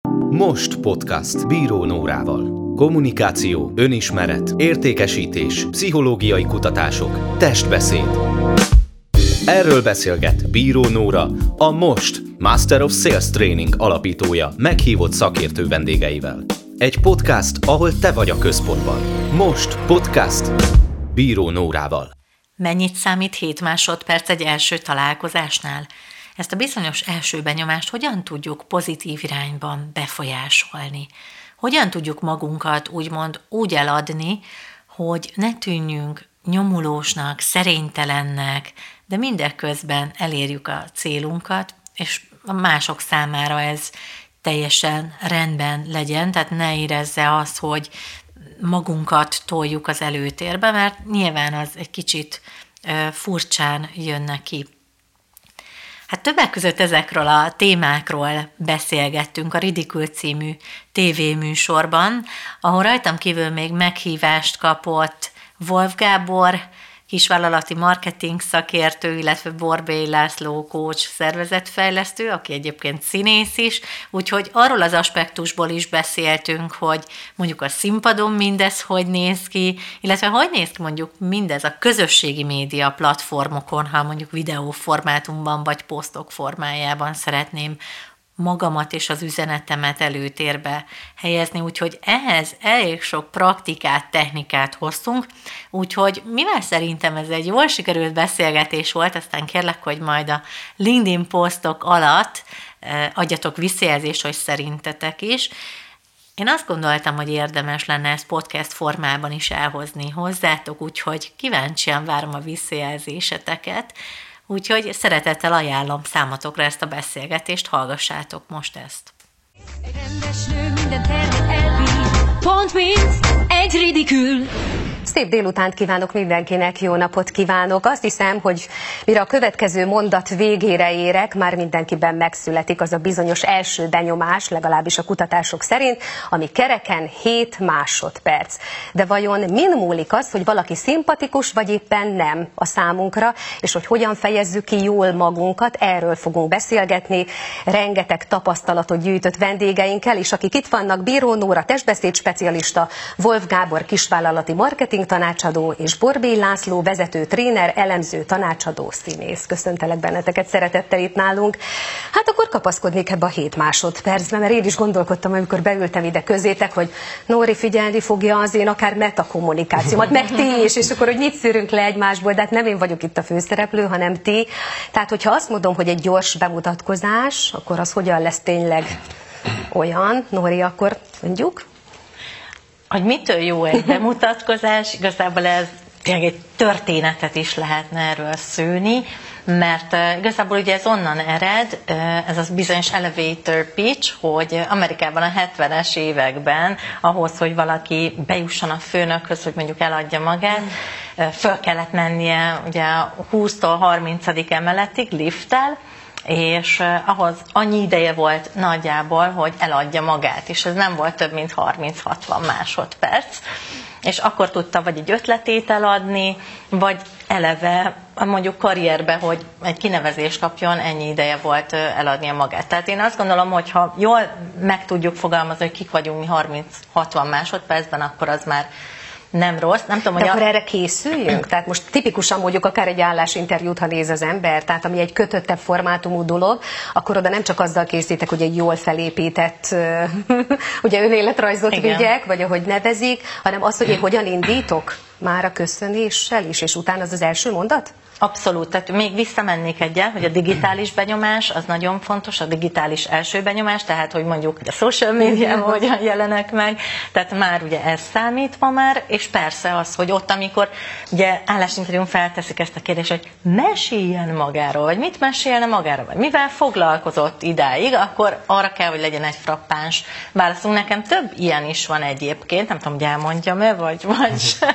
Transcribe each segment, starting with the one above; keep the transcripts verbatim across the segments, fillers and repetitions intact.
Most podcast Bíró Nórával. Kommunikáció, önismeret, értékesítés, pszichológiai kutatások, testbeszéd. Erről beszélget Bíró Nóra, a Most Master of Sales Training alapítója meghívott szakértő vendégeivel. Egy podcast, ahol te vagy a központban. Most podcast Bíró Nórával. Mennyit számít hét másodperc egy első találkozásnál? Ezt a bizonyos első benyomást hogyan tudjuk pozitív irányban befolyásolni? Hogyan tudjuk magunkat úgymond úgy eladni, hogy ne tűnjünk nyomulósnak, szerénytelennek, de mindeközben elérjük a célunkat, és a mások számára ez teljesen rendben legyen, tehát ne érezze azt, hogy magunkat toljuk az előtérbe, mert nyilván az egy kicsit furcsán jön neki. Hát többek között ezekről a témákról beszélgettünk a Ridicule című tévéműsorban, ahol rajtam kívül még meghívást kapott Wolf Gábor, kisvállalati marketing szakértő, illetve Borbély László coach, szervezetfejlesztő, aki egyébként színész is, úgyhogy arról az aspektusból is beszéltünk, hogy mondjuk a színpadon mindez hogy néz ki, illetve hogy néz ki mondjuk mindez a közösségi média platformokon, ha mondjuk videóformátumban vagy posztok formájában szeretném magamat és az üzenetemet előtérbe helyezni, úgyhogy ehhez elég sok praktikát, technikát hoztunk, úgyhogy mivel szerintem ez egy jól sikerült beszélgetés volt, aztán kérlek, hogy majd a LinkedIn posztok alatt adjatok visszajelzést, hogy szerintetek is. Én azt gondoltam, hogy érdemes lenne ezt podcast formában is elhozni hozzátok, úgyhogy kíváncsian várom a visszajelzéseteket. Úgyhogy szeretettel ajánlom számotokra ezt a beszélgetést, hallgassátok most ezt. Egy rendes nő minden tervet elbír, pont mint egy ridikül. Szép délutánt kívánok mindenkinek, jó napot kívánok. Azt hiszem, hogy mire a következő mondat végére érek, már mindenkiben megszületik az a bizonyos első benyomás, legalábbis a kutatások szerint, ami kereken hét másodperc. De vajon min múlik az, hogy valaki szimpatikus, vagy éppen nem a számunkra, és hogy hogyan fejezzük ki jól magunkat, erről fogunk beszélgetni. Rengeteg tapasztalatot gyűjtött vendégeinkkel, és akik itt vannak, Bíró Nóra, testbeszéd specialista, Wolf Gábor, kisvállalati marketing tanácsadó, és Borbély László, vezető tréner, elemző, tanácsadó, színész. Köszöntelek benneteket szeretettel itt nálunk. Hát akkor kapaszkodnék ebbe a hét másodpercbe, mert én is gondolkodtam, amikor beültem ide közétek, hogy Nóri figyelni fogja az én akár metakommunikációmat, meg ti is, és akkor, hogy mit szűrünk le egymásból, de hát nem én vagyok itt a főszereplő, hanem ti. Tehát, hogyha azt mondom, hogy egy gyors bemutatkozás, akkor az hogyan lesz tényleg olyan? Nóri, akkor mondjuk? Hogy mitől jó egy bemutatkozás, igazából ez tényleg egy történetet is lehetne erről szőni, mert uh, igazából ugye ez onnan ered, uh, ez az bizonyos elevator pitch, hogy Amerikában a hetvenes években ahhoz, hogy valaki bejusson a főnökhöz, hogy mondjuk eladja magát, uh, föl kellett mennie ugye húsztól harmincadik emeletig lifttel, és uh, ahhoz annyi ideje volt nagyjából, hogy eladja magát, és ez nem volt több, mint harminc-hatvan másodperc, és akkor tudta vagy egy ötletét eladni, vagy eleve mondjuk karrierbe, hogy egy kinevezést kapjon, ennyi ideje volt uh, eladnia magát. Tehát én azt gondolom, hogy ha jól meg tudjuk fogalmazni, hogy kik vagyunk mi harminc-hatvan másodpercben, akkor az már nem rossz. Nem tudom, de hogy akkor a... erre készüljünk? Tehát most tipikusan mondjuk akár egy állásinterjút, ha néz az ember, tehát ami egy kötöttebb formátumú dolog, akkor oda nem csak azzal készítek, hogy egy jól felépített ugye önéletrajzot Igen. vigyek, vagy ahogy nevezik, hanem azt, hogy én hogyan indítok már a köszönéssel is, és utána az az első mondat? Abszolút, tehát még visszamennék egyel, hogy a digitális benyomás az nagyon fontos, a digitális első benyomás, tehát hogy mondjuk a social media hogyan jelenek meg, tehát már ugye ez számít ma már, és persze az, hogy ott, amikor ugye állásinterjún felteszik ezt a kérdést, hogy meséljen magáról, vagy mit mesélne magáról, vagy mivel foglalkozott idáig, akkor arra kell, hogy legyen egy frappáns válaszunk. Nekem több ilyen is van egyébként, nem tudom, hogy elmondjam-e, vagy, vagy sem.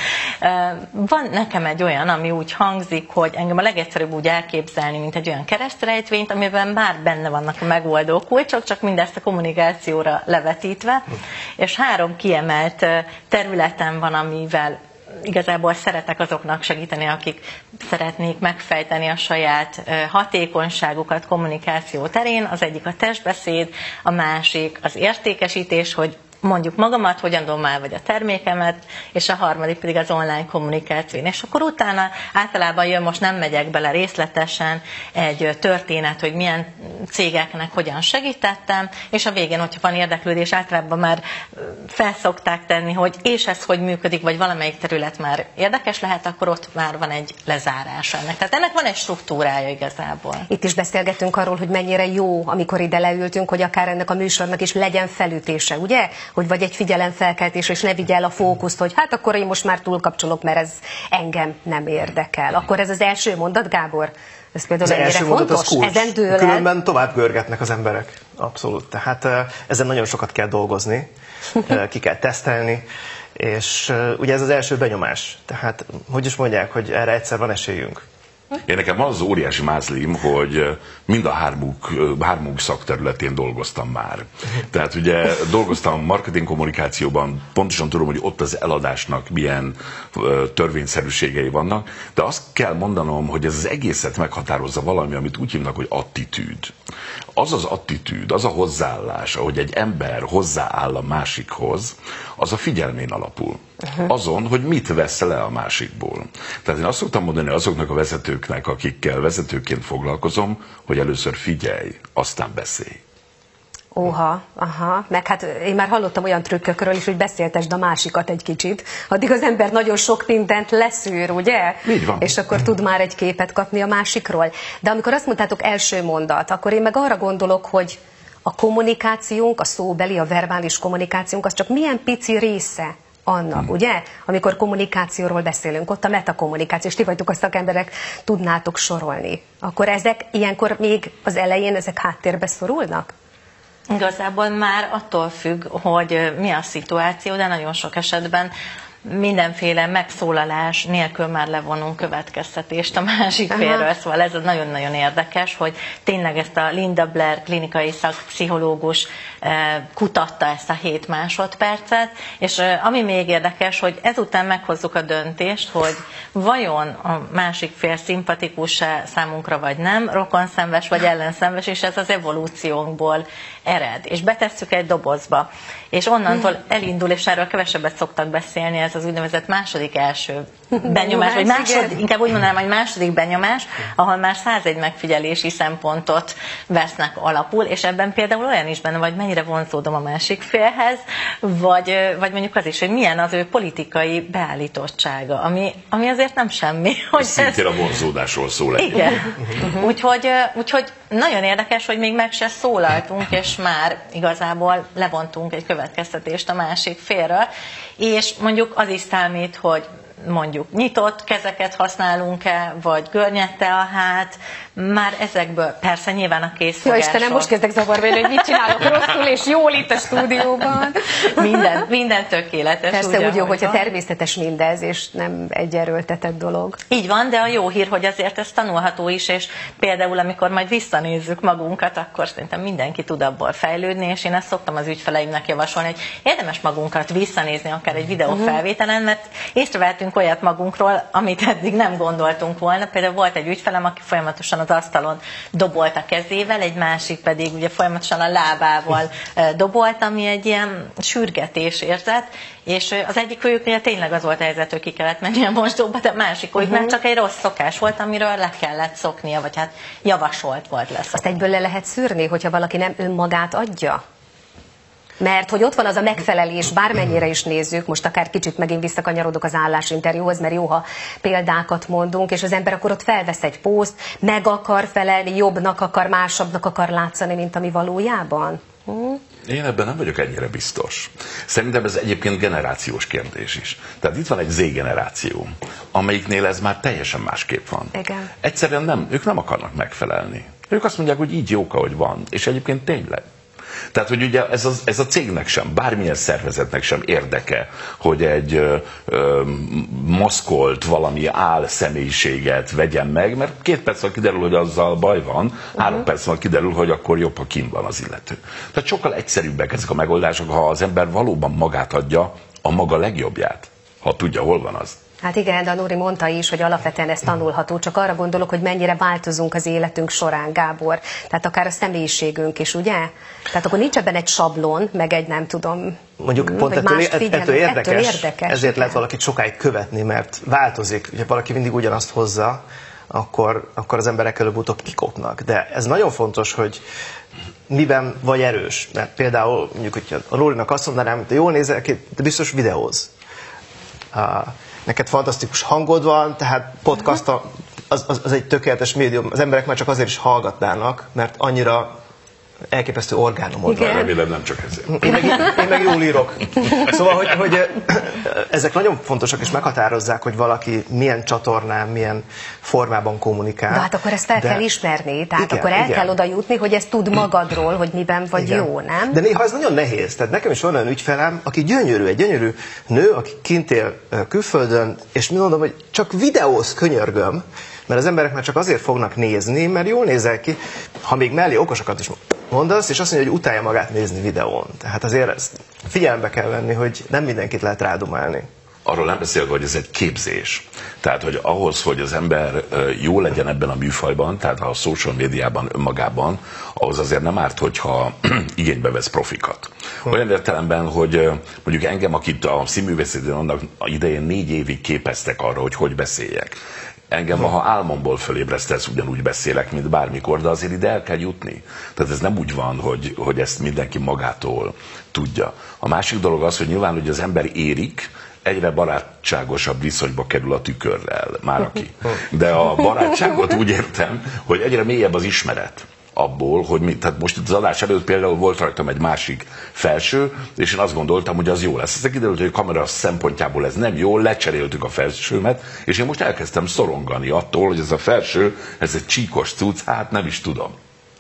Van nekem egy olyan, ami úgy hangzik, hogy engem a legegyszerűbb úgy elképzelni, mint egy olyan keresztrejtvényt, amiben már benne vannak a megoldó kulcsok, csak mindezt a kommunikációra levetítve, és három kiemelt területen van, amivel igazából szeretek azoknak segíteni, akik szeretnék megfejteni a saját hatékonyságukat kommunikáció terén. Az egyik a testbeszéd, a másik az értékesítés, hogy mondjuk magamat, hogyan adom el, vagy a termékemet, és a harmadik pedig az online kommunikáció. És akkor utána általában jön, most nem megyek bele részletesen, egy történet, hogy milyen cégeknek hogyan segítettem, és a végén, hogyha van érdeklődés, általában már felszokták tenni, hogy és ez hogy működik, vagy valamelyik terület már érdekes lehet, akkor ott már van egy lezárás ennek. Tehát ennek van egy struktúrája igazából. Itt is beszélgettünk arról, hogy mennyire jó, amikor ide leültünk, hogy akár ennek a műsornak is legyen felütése, ugye? Hogy vagy egy figyelemfelkeltés, és ne vigye el a fókuszt, hogy hát akkor én most már túlkapcsolok, mert ez engem nem érdekel. Akkor ez az első mondat, Gábor? Ez például ennyire fontos? Ezen dől el. Különben tovább görgetnek az emberek. Abszolút. Tehát ezen nagyon sokat kell dolgozni, ki kell tesztelni, és ugye ez az első benyomás. Tehát, hogy is mondják, hogy erre egyszer van esélyünk. Én nekem van az óriási mázlim, hogy mind a hármuk, hármuk szakterületén dolgoztam már. Tehát ugye dolgoztam marketing kommunikációban, pontosan tudom, hogy ott az eladásnak milyen törvényszerűségei vannak, de azt kell mondanom, hogy ez az egészet meghatározza valami, amit úgy hívnak, hogy attitűd. Az az attitűd, az a hozzáállás, ahogy egy ember hozzááll a másikhoz, az a figyelmén alapul. Uh-huh. Azon, hogy mit vesz le a másikból. Tehát én azt szoktam mondani azoknak a vezetőknek, akikkel vezetőként foglalkozom, hogy először figyelj, aztán beszélj. Óha, aha, meg hát én már hallottam olyan trükkökről is, hogy beszéltesd a másikat egy kicsit. Addig az ember nagyon sok mindent leszűr, ugye? Így van. És akkor tud már egy képet kapni a másikról. De amikor azt mondtátok első mondat, akkor én meg arra gondolok, hogy a kommunikációnk, a szóbeli, a verbális kommunikációnk, az csak milyen pici része annak, hmm. ugye? Amikor kommunikációról beszélünk, ott a metakommunikáció, és ti vagytok a szakemberek, tudnátok sorolni. Akkor ezek ilyenkor még az elején ezek háttérbe szorulnak? Igazából már attól függ, hogy mi a szituáció, de nagyon sok esetben mindenféle megszólalás nélkül már levonunk következtetést a másik félről. Szóval ez nagyon-nagyon érdekes, hogy tényleg ezt a Linda Blair klinikai szakpszichológus kutatta ezt a hét másodpercet, és ami még érdekes, hogy ezután meghozzuk a döntést, hogy vajon a másik fél szimpatikus-e számunkra vagy nem, rokonszenves vagy ellenszenves, és ez az evolúciónkból ered. És betesszük egy dobozba, és onnantól elindul, és erről kevesebbet szoktak beszélni, ez az úgynevezett második első benyomás, vagy másod, inkább úgy mondanám, hogy második benyomás, ahol már százegy megfigyelési szempontot vesznek alapul, és ebben például olyan is benne, vagy mennyire vonzódom a másik félhez, vagy, vagy mondjuk az is, hogy milyen az ő politikai beállítottsága, ami, ami azért nem semmi. Hogy szintén ez... a vonzódásról szól egy. Igen. úgyhogy, úgyhogy nagyon érdekes, hogy még meg se szólaltunk, és már igazából levontunk egy következtetést a másik félről, és mondjuk az is számít, hogy mondjuk nyitott kezeket használunk-e, vagy görnyedte a hát, már ezekből persze nyilván a készfogások. Jó Istenem, most kezdek zavarba, hogy mit csinálok rosszul, és jól itt a stúdióban. Minden, minden tökéletes. Persze ugye, úgy jó, hogyha van. Természetes mindez, és nem egy erőltetett dolog. Így van, de a jó hír, hogy azért ez tanulható is, és például amikor majd visszanézzük magunkat, akkor szerintem mindenki tud abból fejlődni, és én ezt szoktam az ügyfeleimnek javasolni, hogy érdemes magunkat visszanézni akár egy videófelvételen, mert észrevehetünk olyat magunkról, amit eddig nem gondoltunk volna. Például volt egy ügyfelem, aki folyamatosan az asztalon dobolt a kezével, egy másik pedig ugye folyamatosan a lábával dobolt, ami egy ilyen sürgetés érzet, és az egyik kölyük ugye tényleg az volt a helyzet, hogy ki kellett menni a mosdóba, de a másik kölyük uh-huh. csak egy rossz szokás volt, amiről le kellett szoknia, vagy hát javasolt volt lesz. Azt egyből le lehet szűrni, hogyha valaki nem önmagát adja? Mert hogy ott van az a megfelelés, bármennyire is nézzük, most akár kicsit megint visszakanyarodok az állásinterjúhoz, mert jó, ha példákat mondunk, és az ember akkor ott felvesz egy pószt, meg akar felelni, jobbnak akar, másabbnak akar látszani, mint ami valójában. Hm? Én ebben nem vagyok ennyire biztos. Szerintem ez egyébként generációs kérdés is. Tehát itt van egy Z-generáció, amelyiknél ez már teljesen másképp van. Igen. Egyszerűen nem, ők nem akarnak megfelelni. Ők azt mondják, hogy így jók, ahogy van. És egyébként tényleg. Tehát, hogy ugye ez a, ez a cégnek sem, bármilyen szervezetnek sem érdeke, hogy egy ö, ö, maszkolt valami álszemélyiséget vegyen meg, mert két perc alatt kiderül, hogy azzal baj van, uh-huh. három perc alatt kiderül, hogy akkor jobb, ha kint van az illető. Tehát sokkal egyszerűbbek ezek a megoldások, ha az ember valóban magát adja, a maga legjobbját, ha tudja, hol van az. Hát igen, de a Nóri mondta is, hogy alapvetően ez tanulható, csak arra gondolok, hogy mennyire változunk az életünk során, Gábor. Tehát akár a személyiségünk is, ugye? Tehát akkor nincs ebben egy sablon, meg egy nem tudom... Mondjuk pont ettől, figyelni, ettől, érdekes, ettől érdekes, ezért igen. Lehet valakit sokáig követni, mert változik. Ugye valaki mindig ugyanazt hozza, akkor, akkor az emberek előbb-utóbb kikopnak. De ez nagyon fontos, hogy miben vagy erős. Mert például mondjuk, hogy a Lórinak azt mondanám, hogy te jól nézel ki, de biztos videóz. Uh, neked fantasztikus hangod van, tehát podcast az, az, az egy tökéletes médium. Az emberek már csak azért is hallgatnának, mert annyira elképesztő orgánumod van. Remélem nem csak ezért. Én meg, én meg jól írok. Szóval, hogy, hogy ezek nagyon fontosak, és meghatározzák, hogy valaki milyen csatornán, milyen formában kommunikál. De hát akkor ezt el de... kell ismerni, tehát igen, akkor el igen. kell oda jutni, hogy ezt tud magadról, hogy miben vagy igen. jó, nem? De néha ez nagyon nehéz. Tehát nekem is van olyan ügyfelem, aki gyönyörű, egy gyönyörű nő, aki kint él külföldön, és mi mondom, hogy csak videóz, könyörgöm, mert az emberek már csak azért fognak nézni, mert jól nézel ki, ha még mellé okosakat is mondasz, és azt mondja, hogy utálja magát nézni videón. Tehát azért ezt figyelembe kell venni, hogy nem mindenkit lehet rádumálni. Arról nem beszélve, hogy ez egy képzés. Tehát, hogy ahhoz, hogy az ember jó legyen ebben a műfajban, tehát a social médiában önmagában, ahhoz azért nem árt, hogyha igénybe vesz profikat. Olyan értelemben, hogy mondjuk engem, akit a színművészetén annak idején négy évig képeztek arra, hogy hogy beszéljek. Engem, ha álmomból fölébresztesz, ugyanúgy beszélek, mint bármikor, de azért ide el kell jutni. Tehát ez nem úgy van, hogy, hogy ezt mindenki magától tudja. A másik dolog az, hogy nyilván, hogy az ember érik, egyre barátságosabb viszonyba kerül a tükörrel, már aki. De a barátságot úgy értem, hogy egyre mélyebb az ismeret abból, hogy mi, tehát most itt az adás előtt például volt rajtam egy másik felső, és én azt gondoltam, hogy az jó lesz. Aztán kiderült, hogy a kamera szempontjából ez nem jó, lecseréltük a felsőmet, és én most elkezdtem szorongani attól, hogy ez a felső, ez egy csíkos cucc, hát nem is tudom.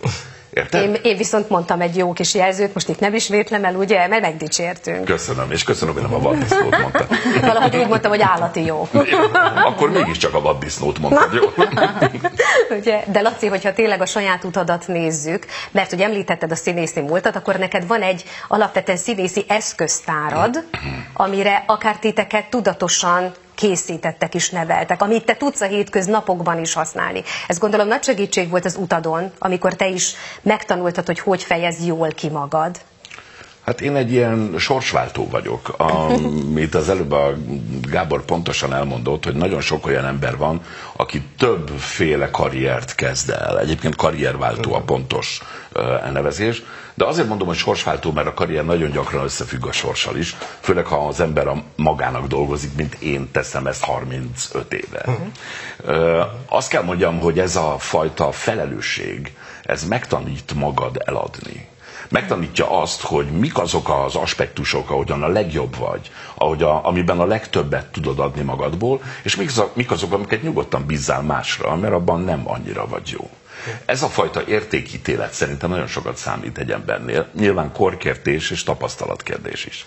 Én, én viszont mondtam egy jó kis jelzőt, most itt nem ismétlem el, ugye, mert megdicsértünk. Köszönöm, és köszönöm, hogy nem a vaddisznót mondtad. Valahogy úgy mondtam, hogy állati jó. Akkor mégiscsak a vaddisznót mondtad, jó? Ugye, de Laci, hogyha tényleg a saját utadat nézzük, mert hogy említetted a színészi múltat, akkor neked van egy alapvetően színészi eszköztárad, amire akár titeket tudatosan készítettek is, neveltek, amit te tudsz a hétköznapokban is használni. Ez gondolom nagy segítség volt az utadon, amikor te is megtanultad, hogy hogy fejezd jól ki magad. Hát én egy ilyen sorsváltó vagyok, amit az előbb a Gábor pontosan elmondott, hogy nagyon sok olyan ember van, aki többféle karriert kezd el. Egyébként karrierváltó a pontos elnevezés, de azért mondom, hogy sorsváltó, mert a karrier nagyon gyakran összefügg a sorssal is, főleg ha az ember a magának dolgozik, mint én teszem ezt harmincöt éve. Uh-huh. Azt kell mondjam, hogy ez a fajta felelősség, ez megtanít magad eladni. Megtanítja azt, hogy mik azok az aspektusok, ahogyan a legjobb vagy, ahogy a, amiben a legtöbbet tudod adni magadból, és mik azok, mik azok, amiket nyugodtan bízzál másra, mert abban nem annyira vagy jó. Ez a fajta értékítélet szerintem nagyon sokat számít egy embernél. Nyilván korkértés és tapasztalatkérdés is.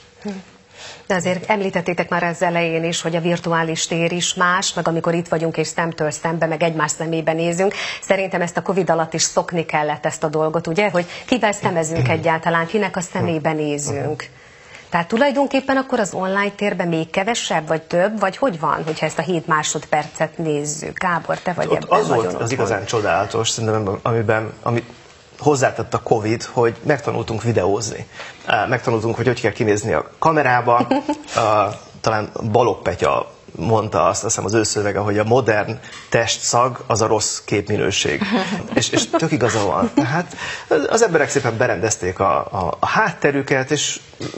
De azért említettétek már az elején is, hogy a virtuális tér is más, meg amikor itt vagyunk és szemtől szembe, meg egymás szemébe nézünk. Szerintem ezt a Covid alatt is szokni kellett ezt a dolgot, ugye? Hogy kivel szemezünk egyáltalán, kinek a szemébe nézünk. Tehát tulajdonképpen akkor az online térben még kevesebb, vagy több, vagy hogy van, hogyha ezt a hét másodpercet nézzük? Gábor, te vagy ott ebben az volt az igazán csodálatos, szerintem, amiben, amit hozzátett a Covid, hogy megtanultunk videózni. Megtanultunk, hogy hogy kell kinézni a kamerába. Talán Balogh Petya mondta azt, azt hiszem az ő szövege, hogy a modern testszag az a rossz képminőség. és, és tök igaza van. Tehát az emberek szépen berendezték a, a, a hátterüket, és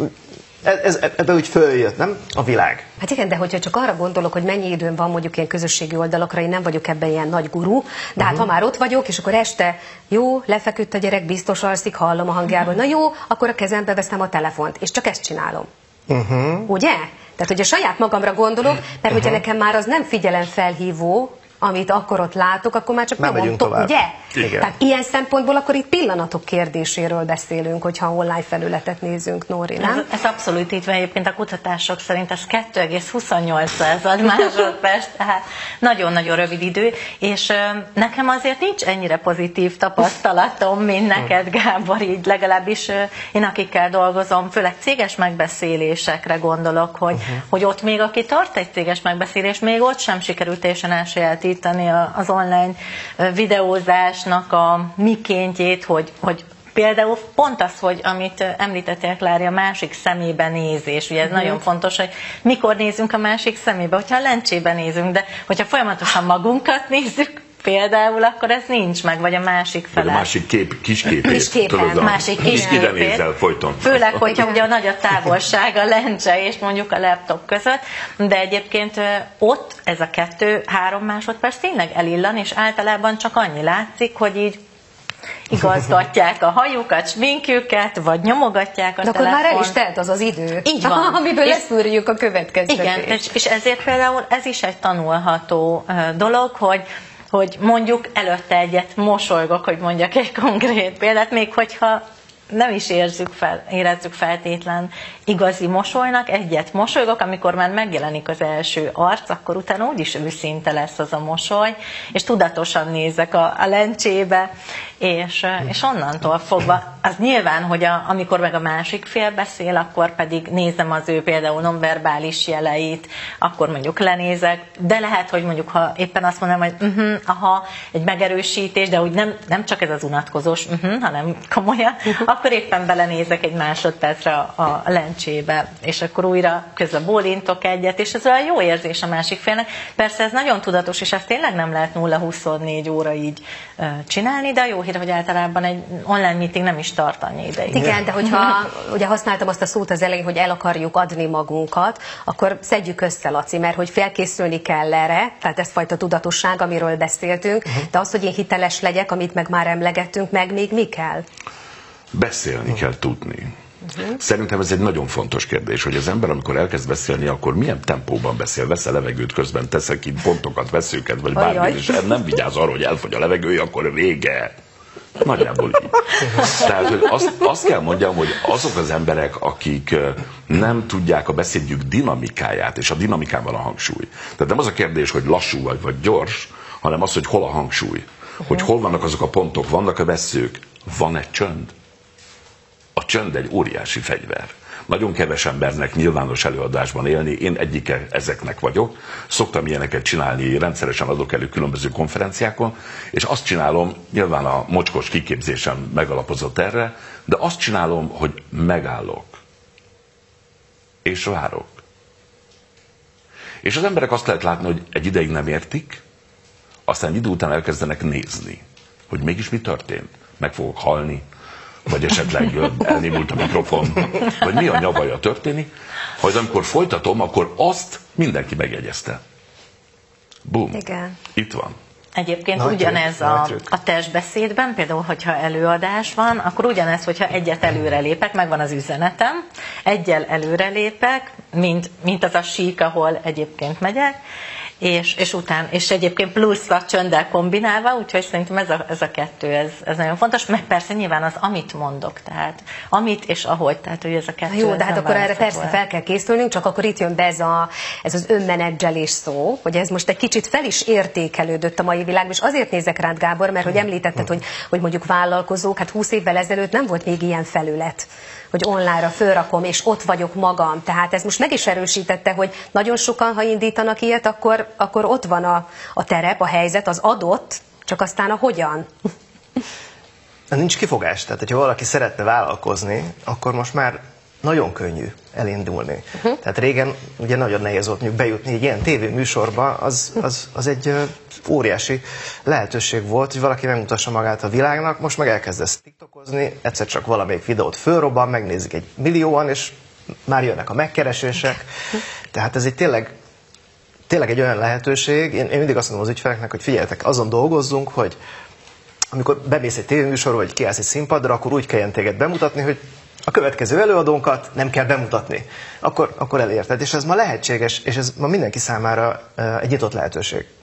ez, ebbe úgy följött, nem? A világ. Hát igen, de hogyha csak arra gondolok, hogy mennyi időm van mondjuk ilyen közösségi oldalakra, én nem vagyok ebben ilyen nagy guru, de uh-huh. hát ha már ott vagyok, és akkor este jó, lefeküdt a gyerek, biztos alszik, hallom a hangjában, na jó, akkor a kezembe veszem a telefont, és csak ezt csinálom. Uh-huh. Ugye? Tehát, hogy a saját magamra gondolok, mert uh-huh. hogyha nekem már az nem figyelemfelhívó, amit akkor ott látok, akkor már csak nem nyomon tovább, ugye? Igen. Tehát ilyen szempontból akkor itt pillanatok kérdéséről beszélünk, hogyha online felületet nézünk, Nóri, nem? Ez, ez abszolút így van, egyébként a kutatások szerint ez kettő egész huszonnyolc század másodperc, tehát nagyon-nagyon rövid idő, és ö, nekem azért nincs ennyire pozitív tapasztalatom, mint neked, Gábor, így legalábbis ö, én akikkel dolgozom, főleg céges megbeszélésekre gondolok, hogy, uh-huh. hogy ott még aki tart egy céges megbeszélés, még ott sem sikerült teljesen elsajátítani az online videózásnak a mikéntjét, hogy, hogy például pont az, hogy amit említettél, Klári, a másik szemébe nézés, ugye ez uh-huh. nagyon fontos, hogy mikor nézünk a másik szemébe, hogyha a lencsébe nézünk, de hogyha folyamatosan magunkat nézzük, például, akkor ez nincs meg, vagy a másik fele. Vagy a másik kép, kisképét. Kisképen, tudod, másik ide nézel folyton. Főleg, hogyha ugye nagy a távolság a lencse és mondjuk a laptop között, de egyébként ott ez a kettő-három másodperc tényleg elillan, és általában csak annyi látszik, hogy így igazgatják a hajukat, sminkjüket, vagy nyomogatják a de telefont. akkor már el is telt az az idő, így van. amiből leszűrjük a következtetést. Igen, és, és ezért például ez is egy tanulható dolog, hogy hogy mondjuk előtte egyet mosolygok, hogy mondjak egy konkrét példát, még hogyha nem is érzük fel, érezzük feltétlen igazi mosolynak, egyet mosolygok, amikor már megjelenik az első arc, akkor utána úgyis őszinte lesz az a mosoly, és tudatosan nézek a, a lencsébe, és, és onnantól fogva, az nyilván, hogy a, amikor meg a másik fél beszél, akkor pedig nézem az ő például nonverbális jeleit, akkor mondjuk lenézek, de lehet, hogy mondjuk, ha éppen azt mondom, hogy uh-huh, aha, egy megerősítés, de úgy nem, nem csak ez az unatkozós, uh-huh, hanem komolyan, akkor éppen belenézek egy másodpercre a, a lencsébe, és akkor újra közben bólintok egyet, és ez olyan jó érzés a másik félnek. Persze ez nagyon tudatos, és ezt tényleg nem lehet nulla huszonnégy óra így uh, csinálni, de a jó hír, hogy általában egy online meeting nem is tart annyi ideig. Igen, de hogyha ugye használtam azt a szót az elején, hogy el akarjuk adni magunkat, akkor szedjük össze, Laci, mert hogy felkészülni kell erre, tehát ez fajta tudatosság, amiről beszéltünk, uh-huh. de az, hogy én hiteles legyek, amit meg már emlegettünk, meg még mi kell? Beszélni kell tudni. Uh-huh. Szerintem ez egy nagyon fontos kérdés, hogy az ember, amikor elkezd beszélni, akkor milyen tempóban beszél, vesz a levegőt közben, teszek ki pontokat, veszőket, vagy bármit, és nem vigyáz arra, hogy elfogy a levegője, akkor vége. Nagyjából így. Tehát, hogy azt, azt kell mondjam, hogy azok az emberek, akik nem tudják a beszédjük dinamikáját, és a dinamikán van a hangsúly. Tehát nem az a kérdés, hogy lassú vagy, vagy gyors, hanem az, hogy hol a hangsúly. Hogy hol vannak azok a pontok, vannak a vesszők, van egy csönd. A csönd egy óriási fegyver. Nagyon keves embernek nyilvános előadásban élni, én egyike ezeknek vagyok. Szoktam ilyeneket csinálni, rendszeresen adok elő különböző konferenciákon, és azt csinálom, nyilván a mocskos kiképzésem megalapozott erre, de azt csinálom, hogy megállok, és várok. És az emberek azt lehet látni, hogy egy ideig nem értik, aztán idő után elkezdenek nézni, hogy mégis mi történt. Meg fogok halni, vagy esetleg elnémult a mikrofon, vagy mi a nyavaja történik, hogy amikor folytatom, akkor azt mindenki megjegyezte. Bum. Igen. Itt van. Egyébként Nagy ugyanez trükk, a, nagy trükk. a testbeszédben, például, hogyha előadás van, akkor ugyanez, hogyha egyet előrelépek, megvan az üzenetem, egyel előrelépek, mint, mint az a sík, ahol egyébként megyek, és, és után, és egyébként plusz a csönddel kombinálva, úgyhogy szerintem ez a, ez a kettő, ez, ez nagyon fontos, meg persze nyilván az, amit mondok, tehát amit és ahogy, tehát hogy ez a kettő. Jó, de hát akkor erre persze volna. fel kell készülnünk, csak akkor itt jön be ez, a, ez az önmenedzselés szó, hogy ez most egy kicsit fel is értékelődött a mai világban, és azért nézek rád, Gábor, mert hogy említetted, hogy, hogy mondjuk vállalkozók, hát húsz évvel ezelőtt nem volt még ilyen felület, hogy online-ra fölrakom, és ott vagyok magam. Tehát ez most meg is erősítette, hogy nagyon sokan, ha indítanak ilyet, akkor, akkor ott van a, a terep, a helyzet, az adott, csak aztán a hogyan. Nincs kifogás, tehát hogyha valaki szeretne vállalkozni, akkor most már nagyon könnyű elindulni. Uh-huh. Tehát régen ugye nagyon nehéz volt mondjuk bejutni egy ilyen tévéműsorba, az, az, az egy uh, óriási lehetőség volt, hogy valaki megmutassa magát a világnak, most meg elkezdesz tiktokozni, egyszer csak valamelyik videót fölrobban, megnézik egy millióan, és már jönnek a megkeresések. Tehát ez egy tényleg, tényleg egy olyan lehetőség, én, én mindig azt mondom az ügyfeleknek, hogy figyeljetek, azon dolgozzunk, hogy amikor bemész egy tévéműsorba, vagy kiállsz egy színpadra, akkor úgy kelljen téged bemutatni, hogy a következő előadónkat nem kell bemutatni. Akkor, akkor elérted. És ez ma lehetséges, és ez ma mindenki számára egy nyitott lehetőség.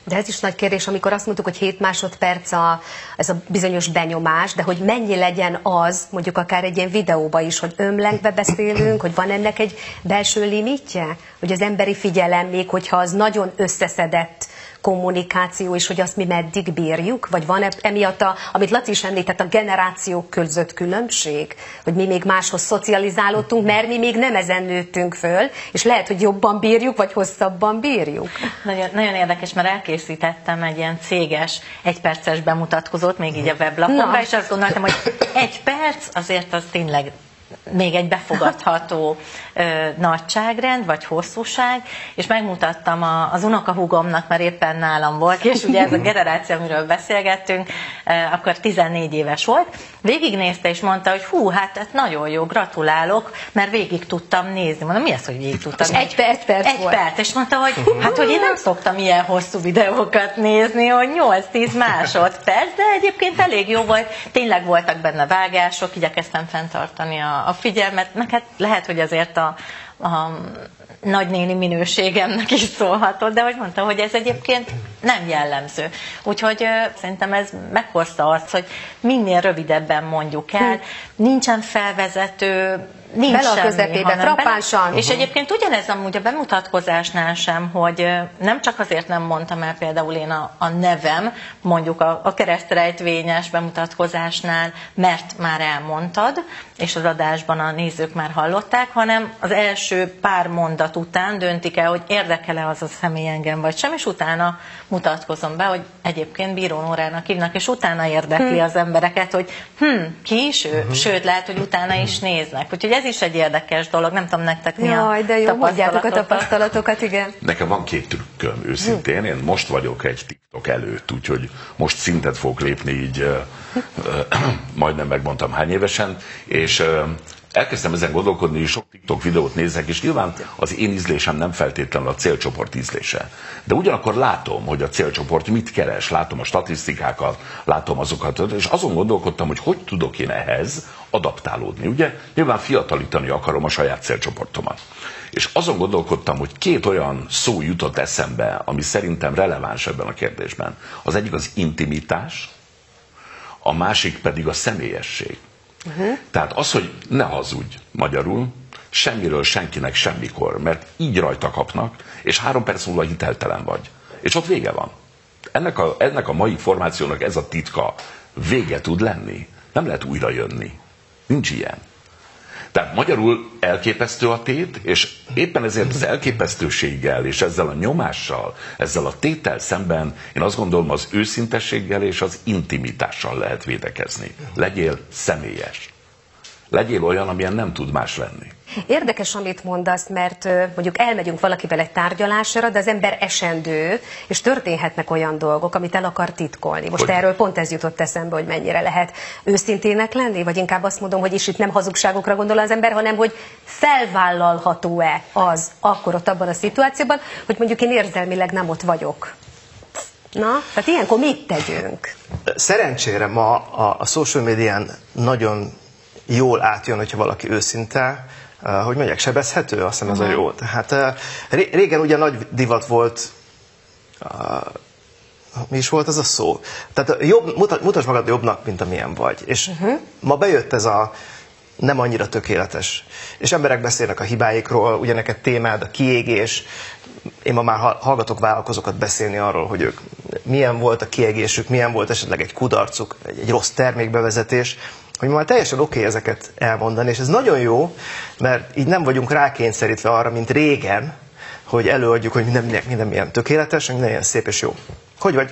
De ez is nagy kérdés, amikor azt mondtuk, hogy hét másodperc a, ez a bizonyos benyomás, de hogy mennyi legyen az, mondjuk akár egy ilyen videóba is, hogy ömlengve beszélünk, hogy van ennek egy belső limitje? Hogy az emberi figyelem, még hogyha az nagyon összeszedett kommunikáció, és hogy azt mi meddig bírjuk? Vagy van emiatt, a, amit Laci is említett, a generációk között különbség? Hogy mi még máshoz szocializálódtunk, mert mi még nem ezen nőttünk föl, és lehet, hogy jobban bírjuk, vagy hosszabban bírjuk. Nagyon, nagyon érdekes, mert elkészítettem egy ilyen céges, egyperces bemutatkozót, még így a weblapomra, és azt gondoltam, hogy egy perc azért az tényleg még egy befogadható ö, nagyságrend, vagy hosszúság, és megmutattam a, az unokahúgomnak, mert éppen nálam volt, és ugye ez a generáció, amiről beszélgettünk, ö, akkor tizennégy éves volt, végignézte, és mondta, hogy hú, hát, hát nagyon jó, gratulálok, mert végig tudtam nézni. Mondom, mi az, hogy végig tudtam nézni? Egy, egy perc Egy volt. perc, és mondta, hogy hát, hogy én nem szoktam ilyen hosszú videókat nézni, hogy nyolc-tíz másodperc, de egyébként elég jó volt, tényleg voltak benne vágások, igyekeztem fenntartani a a figyelmet, meg hát lehet, hogy azért a, a nagynéni minőségemnek is szólhatott, de hogy mondta, hogy ez egyébként nem jellemző. Úgyhogy uh, szerintem ez meghozta azt, hogy minél rövidebben mondjuk el, nincsen felvezető, nincs bele a semmi, közepébe, frappánsan. És egyébként ugyanez amúgy a bemutatkozásnál sem, hogy nem csak azért nem mondtam el például én a, a nevem, mondjuk a, a keresztrejtvényes bemutatkozásnál, mert már elmondtad, és az adásban a nézők már hallották, hanem az első pár mondat után döntik el, hogy érdekel-e az a személy engem vagy sem, és utána mutatkozom be, hogy egyébként Bíró Nórának hívnak, és utána érdekli az embereket, hogy hm, ki is ő? Sőt, lehet, hogy utána is néznek. Úgyhogy ez is egy érdekes dolog, nem tudom nektek mi Jaj, a de jó, mondjátok a tapasztalatotok. tapasztalatokat, igen. Nekem van két trükköm, őszintén. Én most vagyok egy TikTok előtt, úgyhogy most szintet fogok lépni így, ö, ö, majdnem megmondtam hány évesen, és ö, elkezdtem ezen gondolkodni, és sok TikTok videót nézek, és nyilván az én ízlésem nem feltétlenül a célcsoport ízlése. De ugyanakkor látom, hogy a célcsoport mit keres, látom a statisztikákat, látom azokat, és azon gondolkodtam, hogy hogy tudok én ehhez adaptálódni. Ugye nyilván fiatalítani akarom a saját célcsoportomat. És azon gondolkodtam, hogy két olyan szó jutott eszembe, ami szerintem releváns ebben a kérdésben. Az egyik az intimitás, a másik pedig a személyesség. Uh-huh. Tehát az, hogy ne hazudj magyarul, semmiről senkinek semmikor, mert így rajta kapnak, és három perc múlva hiteltelen vagy. És ott vége van. Ennek a, ennek a mai formációnak ez a titka. Vége tud lenni. Nem lehet újra jönni. Nincs ilyen. Tehát magyarul elképesztő a tét, és éppen ezért az elképesztőséggel, és ezzel a nyomással, ezzel a téttel szemben én azt gondolom, az őszintességgel és az intimitással lehet védekezni. Legyél személyes. Legyél olyan, amilyen nem tud más lenni. Érdekes, amit mondasz, mert mondjuk elmegyünk valakivel egy tárgyalásra, de az ember esendő, és történhetnek olyan dolgok, amit el akar titkolni. Most hogy... erről pont ez jutott eszembe, hogy mennyire lehet őszintének lenni, vagy inkább azt mondom, hogy is itt nem hazugságokra gondol az ember, hanem hogy felvállalható-e az akkor ott abban a szituációban, hogy mondjuk én érzelmileg nem ott vagyok. Na, tehát ilyenkor mit tegyünk? Szerencsére ma a, a social médián nagyon jól átjön, hogyha valaki őszinte, uh, hogy mondják, sebezhető, azt hiszem ez uh-huh. a jó. Tehát uh, régen ugye nagy divat volt, uh, mi is volt az a szó? Tehát jobb, mutat, mutasd magad jobbnak, mint amilyen vagy. És uh-huh. ma bejött ez a nem annyira tökéletes. És emberek beszélnek a hibáikról, ugye neked témád a kiégés. Én ma már hallgatok vállalkozókat beszélni arról, hogy ők milyen volt a kiégésük, milyen volt esetleg egy kudarcuk, egy, egy rossz termékbevezetés, hogy már teljesen oké okay ezeket elmondani, és ez nagyon jó, mert így nem vagyunk rákényszerítve arra, mint régen, hogy előadjuk, hogy minden, minden milyen tökéletes, minden ilyen szép és jó. Hogy vagy?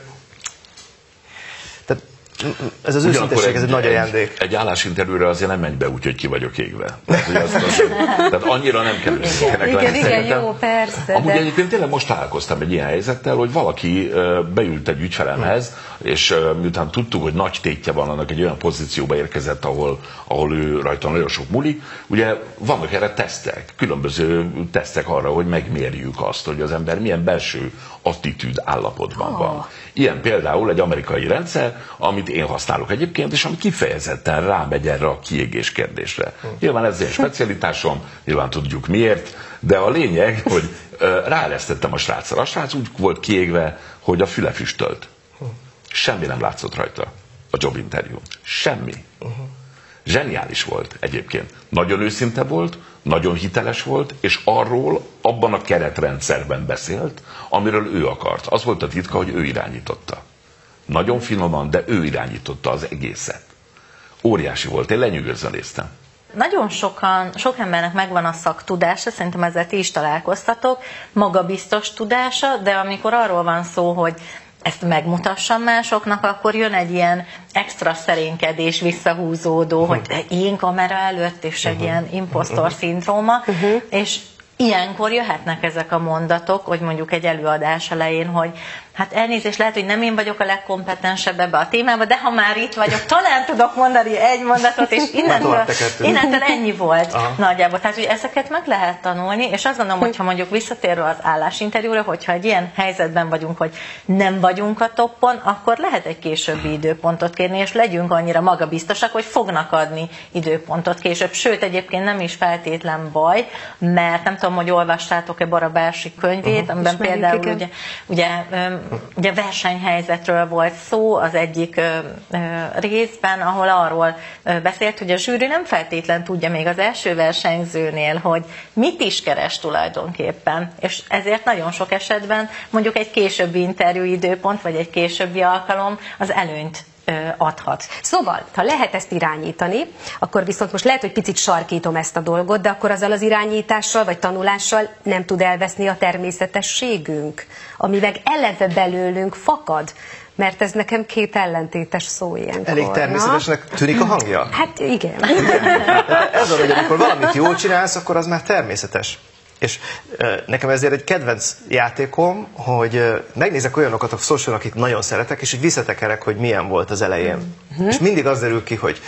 Tehát ez az őszintesség, ez egy nagy ajándék. Egy, egy állásinterjúra azért nem menj be úgy, hogy ki vagyok égve. Tehát, hogy azt, azt, tehát annyira nem kell őszintének lenni. Igen, igen, jó, persze. Amúgy de... egyébként tényleg most találkoztam egy ilyen helyzettel, hogy valaki beült egy ügyfelemhez, és miután tudtuk, hogy nagy tétje van, annak egy olyan pozícióba érkezett, ahol, ahol ő rajta nagyon sok múlik. Ugye vannak erre tesztek, különböző tesztek arra, hogy megmérjük azt, hogy az ember milyen belső attitűd állapotban oh. van. Ilyen például egy amerikai rendszer, amit én használok egyébként, és ami kifejezetten rámegy erre a kiégés kérdésre. Nyilván ez egy specialitásom, nyilván tudjuk miért, de a lényeg, hogy ráeresztettem a srácra. A srác úgy volt kiégve, hogy a füle füstölt. Semmi nem látszott rajta a job interjú. Semmi. Zseniális volt egyébként. Nagyon őszinte volt, nagyon hiteles volt, és arról abban a keretrendszerben beszélt, amiről ő akart. Az volt a titka, hogy ő irányította. Nagyon finoman, de ő irányította az egészet. Óriási volt, én lenyűgözve néztem. Nagyon sokan, sok embernek megvan a szaktudása, szerintem ezzel ti is találkoztatok, magabiztos tudása, de amikor arról van szó, hogy ezt megmutassam másoknak, akkor jön egy ilyen extra szerénykedés, visszahúzódó, uh-huh. hogy én kamera előtt, és egy uh-huh. ilyen impostor szindróma, uh-huh. és ilyenkor jöhetnek ezek a mondatok, hogy mondjuk egy előadás elején, hogy hát elnézést, lehet, hogy nem én vagyok a legkompetensebb ebbe a témába, de ha már itt vagyok, talán tudok mondani egy mondatot, és innentől, innentől ennyi volt Aha. nagyjából. Tehát, hogy ezeket meg lehet tanulni, és azt gondolom, hogyha mondjuk visszatérve az állásinterjúra, hogyha egy ilyen helyzetben vagyunk, hogy nem vagyunk a toppon, akkor lehet egy későbbi időpontot kérni, és legyünk annyira magabiztosak, hogy fognak adni időpontot később. Sőt, egyébként nem is feltétlen baj, mert nem tudom, hogy olvastátok-e Barabási könyvét, uh-huh. amiben Ismerjük, például igen. ugye, ugye Ugye versenyhelyzetről volt szó az egyik ö, ö, részben, ahol arról ö, beszélt, hogy a zsűri nem feltétlen tudja még az első versenyzőnél, hogy mit is keres tulajdonképpen. És ezért nagyon sok esetben mondjuk egy későbbi interjú időpont, vagy egy későbbi alkalom az előnyt adhat. Szóval, ha lehet ezt irányítani, akkor viszont most lehet, hogy picit sarkítom ezt a dolgot, de akkor azzal az irányítással vagy tanulással nem tud elveszni a természetességünk, ami meg eleve belőlünk fakad. Mert ez nekem két ellentétes szó ilyenkor. Elég természetesnek tűnik a hangja? Hát igen. Ez az, hogy amikor valamit jól csinálsz, akkor az már természetes. És nekem ezért egy kedvenc játékom, hogy megnézek olyanokat a social, akik nagyon szeretek, és így visszatekerek, hogy milyen volt az elején. Mm-hmm. És mindig az derül ki, hogy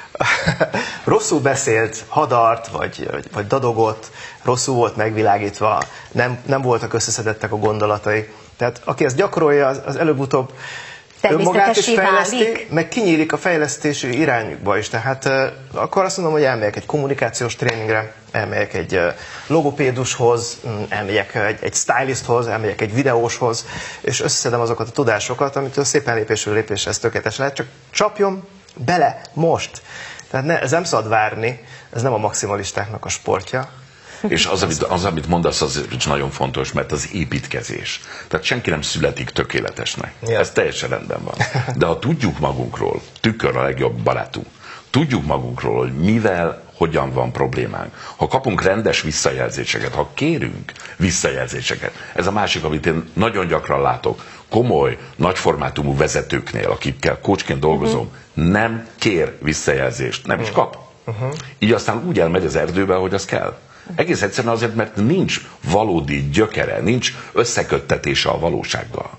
rosszul beszélt, hadart, vagy, vagy, vagy dadogott, rosszul volt megvilágítva, nem, nem voltak összeszedettek a gondolatai. Tehát aki ezt gyakorolja, az, az előbb-utóbb önmagát is fejleszti, meg kinyílik a fejlesztési irányukba is. Tehát uh, akkor azt mondom, hogy elmegyek egy kommunikációs tréningre, elmegyek egy uh, logopédushoz, elmegyek egy, egy stylisthoz, elmegyek egy videóshoz, és összeszedem azokat a tudásokat, amitől szépen lépésről lépésre ez tökéletes lehet, csak csapjon bele most. Tehát ne, ez nem szabad várni, ez nem a maximalistáknak a sportja. És az amit, az, amit mondasz, az is nagyon fontos, mert az építkezés. Tehát senki nem születik tökéletesnek. Ja. Ez teljesen rendben van. De ha tudjuk magunkról, tükör a legjobb barátunk, tudjuk magunkról, hogy mivel, hogyan van problémánk, ha kapunk rendes visszajelzéseket, ha kérünk visszajelzéseket, ez a másik, amit én nagyon gyakran látok, komoly, nagyformátumú vezetőknél, akikkel coachként dolgozom, uh-huh. nem kér visszajelzést, nem is kap. Uh-huh. Így aztán úgy elmegy az erdőbe, hogy az kell. Egész egyszerűen azért, mert nincs valódi gyökere, nincs összeköttetése a valósággal.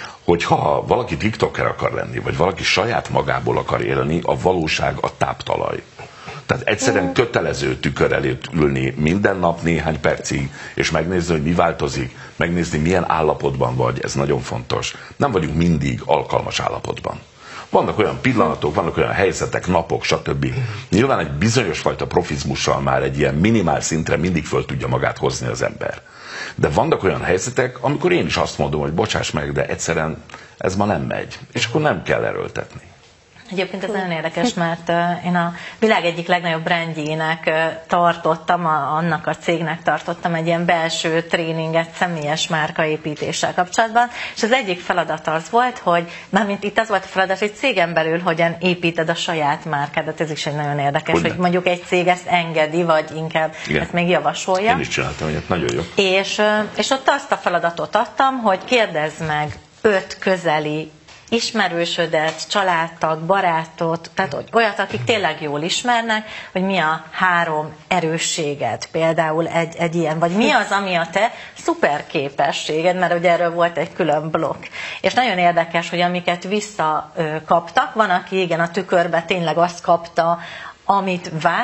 Hogyha valaki tiktoker akar lenni, vagy valaki saját magából akar élni, a valóság a táptalaj. Tehát egyszerűen kötelező tükör előtt ülni minden nap néhány percig, és megnézni, hogy mi változik, megnézni, milyen állapotban vagy, ez nagyon fontos. Nem vagyunk mindig alkalmas állapotban. Vannak olyan pillanatok, vannak olyan helyzetek, napok, stb. Nyilván egy bizonyos fajta profizmussal már egy ilyen minimál szintre mindig föl tudja magát hozni az ember. De vannak olyan helyzetek, amikor én is azt mondom, hogy bocsáss meg, de egyszerűen ez ma nem megy. És akkor nem kell erőltetni. Egyébként ez nagyon érdekes, mert én a világ egyik legnagyobb brandjének tartottam, annak a cégnek tartottam egy ilyen belső tréninget személyes márkaépítéssel kapcsolatban, és az egyik feladat az volt, hogy, mármint itt az volt a feladat, hogy cégen belül hogyan építed a saját márkádat, ez is egy nagyon érdekes, hogy, hogy mondjuk egy cég ezt engedi, vagy inkább Igen. ezt még javasolja. Én is csináltam, hogy nagyon jó. És, és ott azt a feladatot adtam, hogy kérdezz meg öt közeli ismerősödet, családtag, barátot, tehát olyat, akik tényleg jól ismernek, hogy mi a három erősséged, például egy, egy ilyen, vagy mi az, ami a te szuper képességed, mert ugye erről volt egy külön blokk. És nagyon érdekes, hogy amiket visszakaptak, van, aki igen, a tükörbe tényleg azt kapta, amit várt,